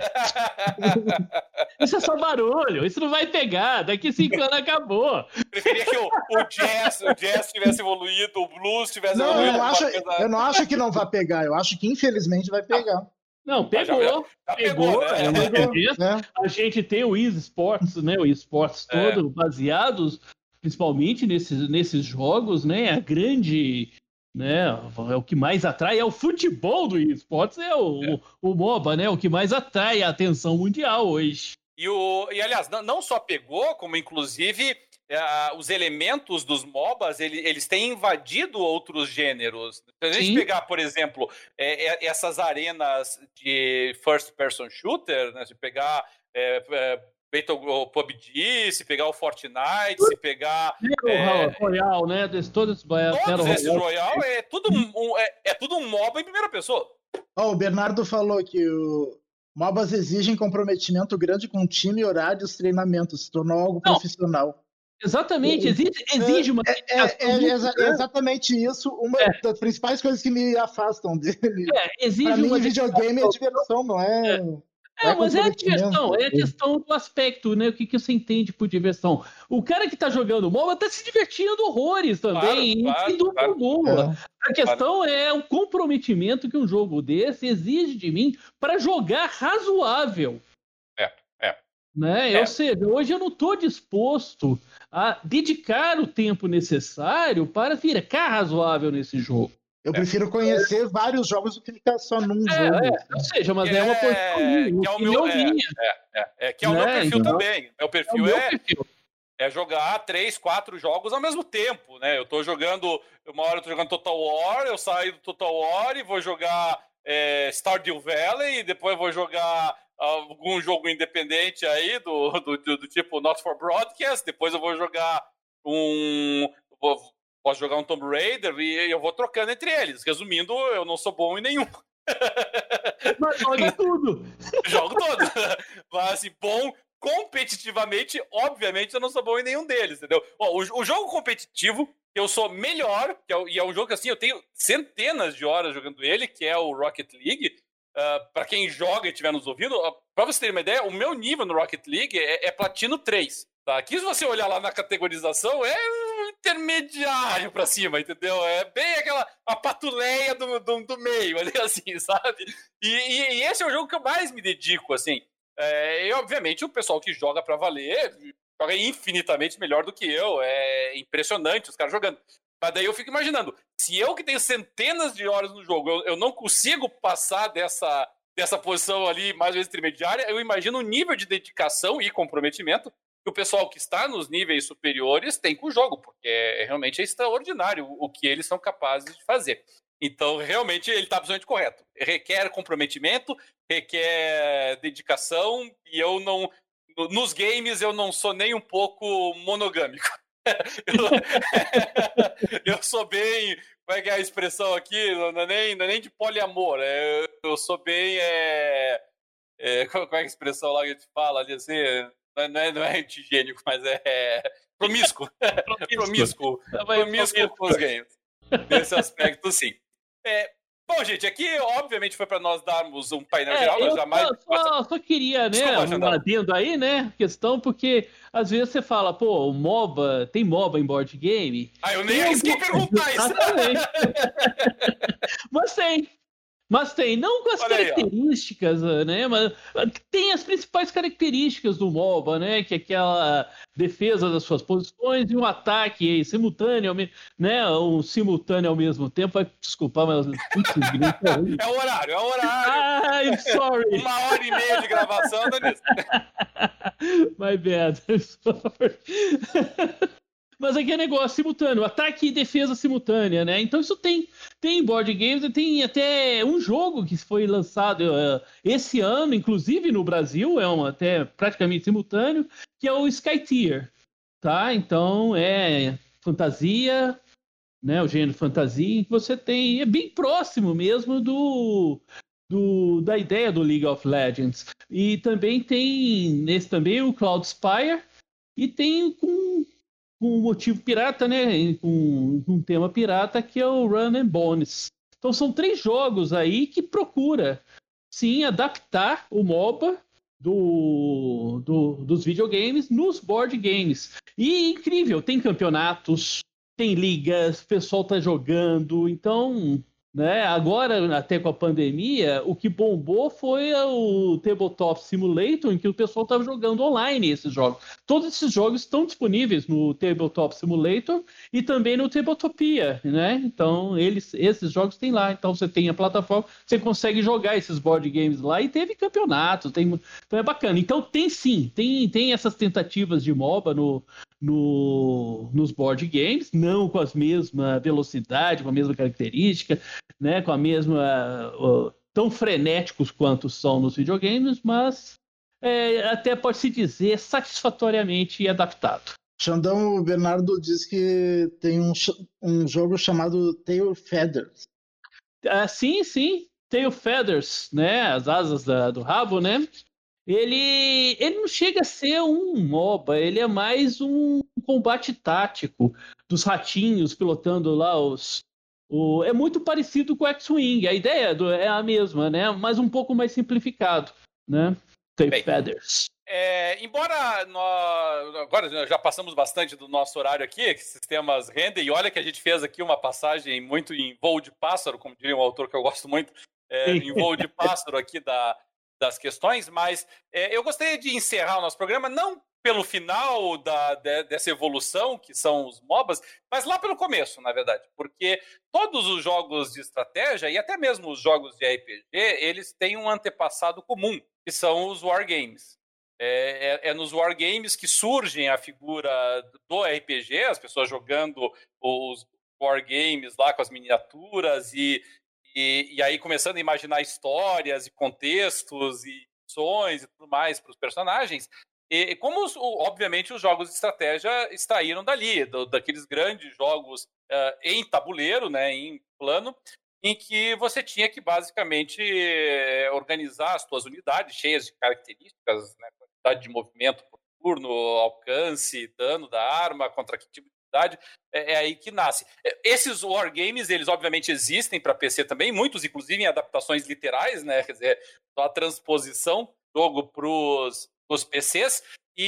Isso é só barulho, isso não vai pegar, daqui cinco anos acabou. Preferia que o, o, jazz, o jazz tivesse evoluído, o blues tivesse não, evoluído. Eu, acho, eu não acho que não vai pegar, eu acho que infelizmente vai pegar. Não, pegou. Já, já, já pegou, pegou, né? é pegou é. A gente tem o eSports, né? O eSports todo, é. baseados principalmente nesses, nesses jogos, né? A grande... Né, é o que mais atrai, é o futebol do eSports, é o, é. o, o MOBA, né? O que mais atrai a atenção mundial hoje. E, o, e aliás, não, não só pegou, como inclusive é, os elementos dos MOBAs, ele, eles têm invadido outros gêneros. Se a gente Sim. pegar, por exemplo, é, é, essas arenas de first person shooter, né, se pegar é, é, o P U B G, se pegar o Fortnite, se pegar... O é, Royal, né? Todos, todos esses Royal é tudo um, é, é tudo um MOBA em primeira pessoa. Oh, o Bernardo falou que o MOBAs exigem comprometimento grande com time, horários, treinamentos. Se tornou algo Não. profissional. Exatamente, exige, exige uma... É, é, é, é exa exatamente isso, uma é. das principais coisas que me afastam dele. É, exige pra mim, uma videogame é diversão, não é... é. É, mas é a diversão, é a questão do aspecto, né? O que, que você entende por diversão? O cara que tá jogando MOBA tá se divertindo horrores também, claro, sem dúvida alguma. A questão claro. é o comprometimento que um jogo desse exige de mim para jogar razoável. É, é. Né? É. Ou seja, hoje eu não tô disposto a dedicar o tempo necessário para ficar razoável nesse jogo. Eu é. prefiro conhecer é. vários jogos do que ficar só num é, jogo. É. Ou seja, mas é, é uma posição que é o meu, é, é, é, que é o né? meu perfil então, também. Meu perfil é, o meu é, perfil. é jogar três, quatro jogos ao mesmo tempo, né? Eu tô jogando, uma hora eu tô jogando Total War, eu saio do Total War e vou jogar é, Stardew Valley, e depois vou jogar algum jogo independente aí do, do, do, do tipo Not for Broadcast, depois eu vou jogar um... Vou, Posso jogar um Tomb Raider e eu vou trocando entre eles. Resumindo, eu não sou bom em nenhum. Mas joga tudo. Jogo todo. Mas, assim, bom competitivamente, obviamente, eu não sou bom em nenhum deles, entendeu? Ó, o, o jogo competitivo, eu sou melhor, que é, e é um jogo que, assim, eu tenho centenas de horas jogando ele, que é o Rocket League. uh, para quem joga e estiver nos ouvindo, uh, para você ter uma ideia, o meu nível no Rocket League é, é Platino três. Tá? Aqui, se você olhar lá na categorização, é intermediário pra cima, entendeu? É bem aquela a patuleia do, do, do meio ali, assim, sabe? E, e, e esse é o jogo que eu mais me dedico, assim. É, e, obviamente, o pessoal que joga pra valer joga infinitamente melhor do que eu. É impressionante os caras jogando. Mas daí eu fico imaginando, se eu que tenho centenas de horas no jogo, eu, eu não consigo passar dessa, dessa posição ali mais ou menos intermediária, eu imagino o nível de dedicação e comprometimento que o pessoal que está nos níveis superiores tem com o jogo, porque é, realmente é extraordinário o que eles são capazes de fazer. Então, realmente, ele está absolutamente correto. Requer comprometimento, requer dedicação, e eu não... Nos games, eu não sou nem um pouco monogâmico. eu, eu sou bem... Como é que é a expressão aqui? Não é nem, não é nem de poliamor. É, eu sou bem... É, é, como é que é a expressão lá que a gente fala ali, assim... Não é, não é antigênico, mas é, é promíscuo. promíscuo. Promíscuo com os games. Nesse aspecto, sim. É, bom, gente, aqui, obviamente, foi para nós darmos um painel é, geral. Eu jamais... só, só, só queria, né, Desculpa, um adendo aí, né, questão, porque às vezes você fala, pô, o MOBA, tem MOBA em board game? Ah, eu nem arrisquei perguntar isso. Mas tem. Mas tem, não com as Olha características, aí, né? Mas tem as principais características do MOBA, né? Que é aquela defesa das suas posições e um ataque simultâneo, né? Um simultâneo ao mesmo tempo. Vai desculpar, mas é o horário, é o horário. I'm sorry. Uma hora e meia de gravação, Danilo. My bad. I'm sorry. Mas aqui é negócio simultâneo, ataque e defesa simultânea, né? Então isso tem, tem board games, tem até um jogo que foi lançado uh, esse ano, inclusive no Brasil, é um até praticamente simultâneo, que é o Skytier, tá? Então é fantasia, né? O gênero fantasia, que você tem, é bem próximo mesmo do, do da ideia do League of Legends. E também tem nesse também o Cloudspire e tem com com um motivo pirata, né? Com um tema pirata, que é o Run and Bones. Então são três jogos aí que procura, sim, adaptar o MOBA do, do, dos videogames nos board games. E incrível, tem campeonatos, tem ligas, o pessoal tá jogando, então... Né? Agora, até com a pandemia, o que bombou foi o Tabletop Simulator, em que o pessoal estava jogando online esses jogos. Todos esses jogos estão disponíveis no Tabletop Simulator e também no Tabletopia, né? Então, eles, esses jogos tem lá. Então, você tem a plataforma, você consegue jogar esses board games lá e teve campeonatos, tem, então é bacana. Então, tem sim, tem, tem essas tentativas de MOBA no, no, nos board games, não com a mesma velocidade, com a mesma característica, né, com a mesma uh, tão frenéticos quanto são nos videogames, mas é, até pode-se dizer satisfatoriamente adaptado. Xandão, o Bernardo diz que tem um, um jogo chamado Tail Feathers. Ah, sim, sim, Tail Feathers, né, as asas da, do rabo, né? Ele, ele não chega a ser um MOBA, ele é mais um combate tático dos ratinhos pilotando lá os... O, é muito parecido com o X-Wing, a ideia do, é a mesma, né? Mas um pouco mais simplificado, né? Tail Feathers. É, embora nós agora já passamos bastante do nosso horário aqui, que sistemas rendem, e olha que a gente fez aqui uma passagem muito em voo de pássaro, como diria um autor que eu gosto muito, é, em voo de pássaro aqui da, das questões, mas é, eu gostaria de encerrar o nosso programa, não pelo final da, de, dessa evolução, que são os MOBAs, mas lá pelo começo, na verdade, porque todos os jogos de estratégia, e até mesmo os jogos de R P G, eles têm um antepassado comum, que são os wargames. É, é, é nos wargames que surgem a figura do R P G, as pessoas jogando os wargames lá com as miniaturas e, e, e aí começando a imaginar histórias e contextos e ações e tudo mais para os personagens. E como, os, obviamente, os jogos de estratégia extraíram dali, do, daqueles grandes jogos uh, em tabuleiro, né, em plano, em que você tinha que, basicamente, organizar as suas unidades cheias de características, né, quantidade de movimento por turno, alcance, dano da arma, contra que tipo de jogabilidade, é, é aí que nasce. Esses wargames, eles obviamente existem para P C também, muitos inclusive em adaptações literais, né? Quer dizer, só a transposição do jogo para os P Cs,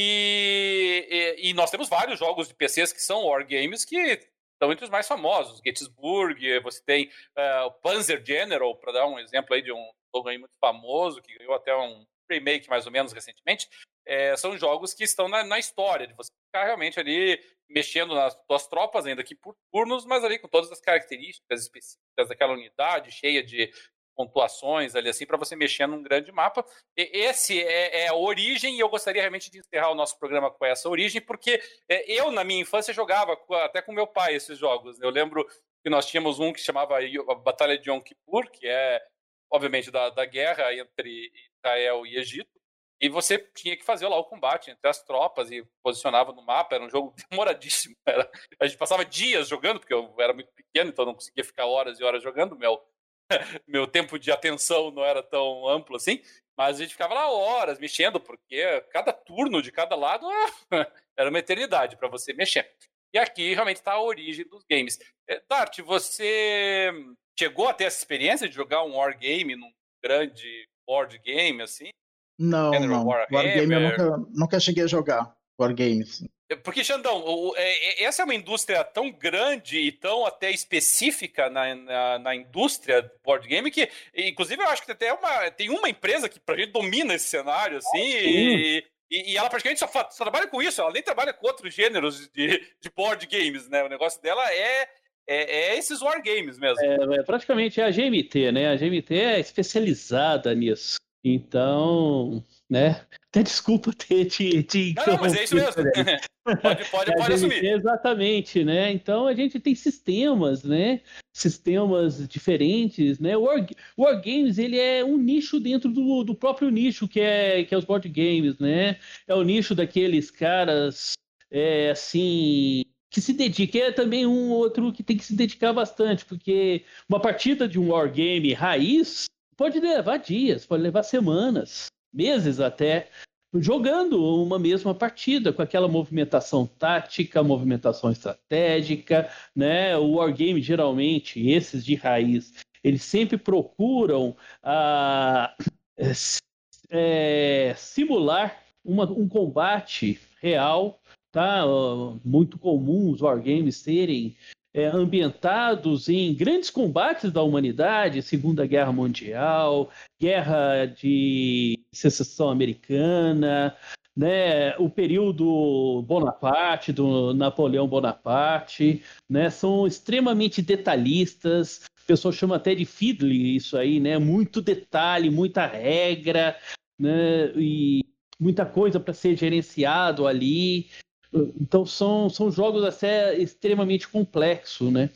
e, e, e nós temos vários jogos de P Cs que são wargames que estão entre os mais famosos. Gettysburg, você tem uh, o Panzer General, para dar um exemplo aí de um jogo aí muito famoso, que ganhou até um remake mais ou menos recentemente. É, são jogos que estão na, na história, de você ficar realmente ali mexendo nas suas tropas, ainda que por turnos, mas ali com todas as características específicas daquela unidade, cheia de pontuações ali assim, para você mexer num grande mapa. E esse é, é a origem, e eu gostaria realmente de encerrar o nosso programa com essa origem, porque é, eu, na minha infância, jogava até com meu pai esses jogos. Eu lembro que nós tínhamos um que chamava a Batalha de Yom Kippur, que é, obviamente, da, da guerra entre Israel e Egito, e você tinha que fazer lá o combate entre as tropas e posicionava no mapa. Era um jogo demoradíssimo. Era, a gente passava dias jogando, porque eu era muito pequeno, então não conseguia ficar horas e horas jogando. Meu, meu tempo de atenção não era tão amplo assim, mas a gente ficava lá horas mexendo, porque cada turno de cada lado era uma eternidade para você mexer. E aqui realmente está a origem dos games. Dart, você chegou a ter essa experiência de jogar um wargame num grande board game assim? Não, não. Wargame eu nunca, nunca cheguei a jogar. Wargames. Porque, Xandão, o, é, essa é uma indústria tão grande e tão até específica na, na, na indústria do board game que, inclusive, eu acho que até uma, tem uma empresa que pra gente domina esse cenário, assim, e, e, e ela praticamente só, só trabalha com isso, ela nem trabalha com outros gêneros de, de board games, né? O negócio dela é, é, é esses wargames mesmo. É, é, praticamente é a G M T, né? A G M T é especializada nisso. Então, né? Até desculpa ter te, te Não, não, mas é isso mesmo. pode pode, pode assumir. Exatamente, né? Então a gente tem sistemas, né? Sistemas diferentes, né? O War, Wargames, ele é um nicho dentro do, do próprio nicho que é, que é os board games, né? É o nicho daqueles caras, é, assim, que se dedica. É também um outro que tem que se dedicar bastante, porque uma partida de um wargame raiz pode levar dias, pode levar semanas, meses até, jogando uma mesma partida, com aquela movimentação tática, movimentação estratégica, né? O wargame, geralmente, esses de raiz, eles sempre procuram ah, é, simular uma, um combate real, tá? Muito comum os wargames serem É, ambientados em grandes combates da humanidade, Segunda Guerra Mundial, Guerra de Secessão Americana, né, o período Bonaparte, do Napoleão Bonaparte, né, são extremamente detalhistas, o pessoal chama até de fiddly isso aí, né, muito detalhe, muita regra, né, e muita coisa para ser gerenciado ali. Então são, são jogos até extremamente complexos, né?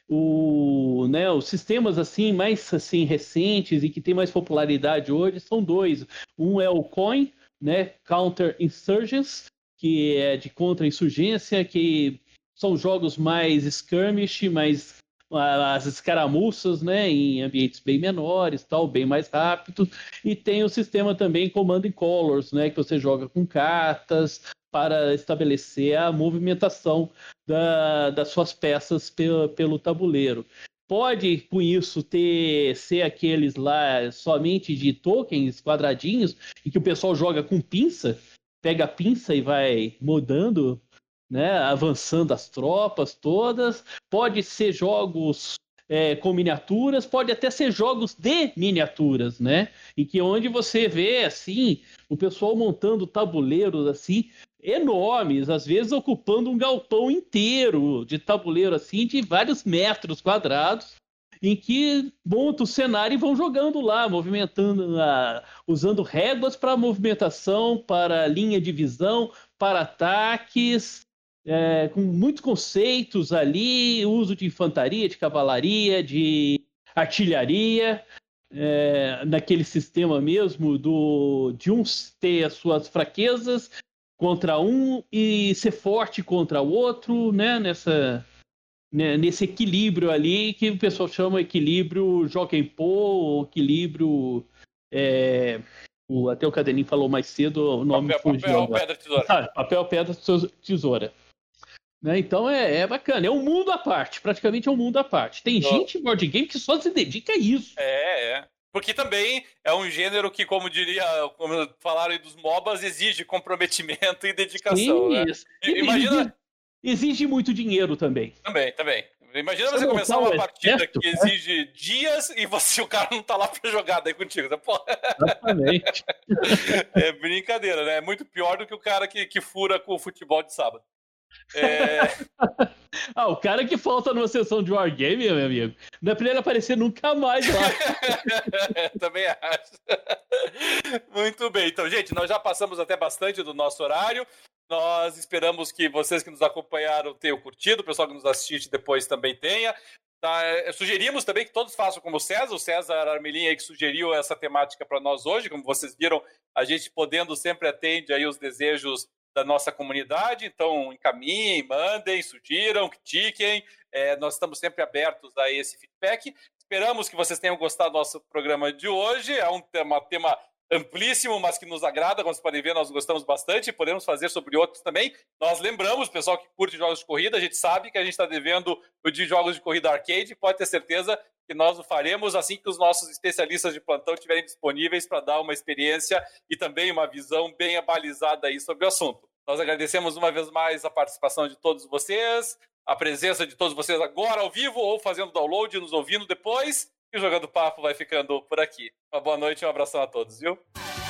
O, né, os sistemas assim mais assim recentes e que tem mais popularidade hoje são dois. Um é o Coin, né, Counter Insurgents, que é de contra-insurgência, que são jogos mais skirmish, mais as escaramuças, né, em ambientes bem menores, tal, bem mais rápido. E tem o sistema também Command and Colors, né, que você joga com cartas para estabelecer a movimentação da, das suas peças pelo, pelo tabuleiro. Pode, com isso, ter ser aqueles lá somente de tokens, quadradinhos, e que o pessoal joga com pinça, pega a pinça e vai mudando, né, avançando as tropas todas. Pode ser jogos é, com miniaturas, pode até ser jogos de miniaturas, né? E que onde você vê, assim, o pessoal montando tabuleiros, assim, enormes, às vezes ocupando um galpão inteiro de tabuleiro, assim, de vários metros quadrados, em que montam o cenário e vão jogando lá, movimentando, uh, usando réguas para movimentação, para linha de visão, para ataques, é, com muitos conceitos ali, uso de infantaria, de cavalaria, de artilharia, é, naquele sistema mesmo do, de um ter as suas fraquezas contra um e ser forte contra o outro, né? Nessa, né? Nesse equilíbrio ali que o pessoal chama equilíbrio Jokenpô, ou equilíbrio... É, o, até o Cadelinho falou mais cedo, o nome papel, fugiu. Papel, pedra, tesoura. Ah, papel, pedra, tesoura. Né? Então é, é bacana, é um mundo à parte, praticamente é um mundo à parte. Tem oh. gente em board game que só se dedica a isso. É, é. Porque também é um gênero que, como diria, como falaram aí dos MOBAs, exige comprometimento e dedicação. Sim, né? Imagina... Exige muito dinheiro também. Também, também. Imagina você, você começar uma partida exército, que exige né? dias e você, o cara não tá lá pra jogar daí contigo. Né? Pô. Exatamente. É brincadeira, né? É muito pior do que o cara que, que fura com o futebol de sábado. É... ah, o cara que falta numa sessão de Wargame, meu amigo, não é pra ele aparecer nunca mais lá. Também acho. Muito bem. Então, gente, nós já passamos até bastante do nosso horário. Nós esperamos que vocês que nos acompanharam tenham curtido, o pessoal que nos assiste depois também tenha. Tá? Sugerimos também que todos façam como o César, o César Armelin aí que sugeriu essa temática para nós hoje. Como vocês viram, a gente podendo sempre atende aí os desejos da nossa comunidade, então encaminhem, mandem, sugiram, critiquem, é, nós estamos sempre abertos a esse feedback. Esperamos que vocês tenham gostado do nosso programa de hoje, é um tema, tema amplíssimo, mas que nos agrada, como vocês podem ver, nós gostamos bastante e podemos fazer sobre outros também. Nós lembramos, pessoal que curte jogos de corrida, a gente sabe que a gente está devendo o de jogos de corrida arcade, pode ter certeza que nós o faremos assim que os nossos especialistas de plantão estiverem disponíveis para dar uma experiência e também uma visão bem abalizada aí sobre o assunto. Nós agradecemos uma vez mais a participação de todos vocês, a presença de todos vocês agora ao vivo ou fazendo download, nos ouvindo depois, e o Jogando Papo vai ficando por aqui. Uma boa noite e um abração a todos, viu?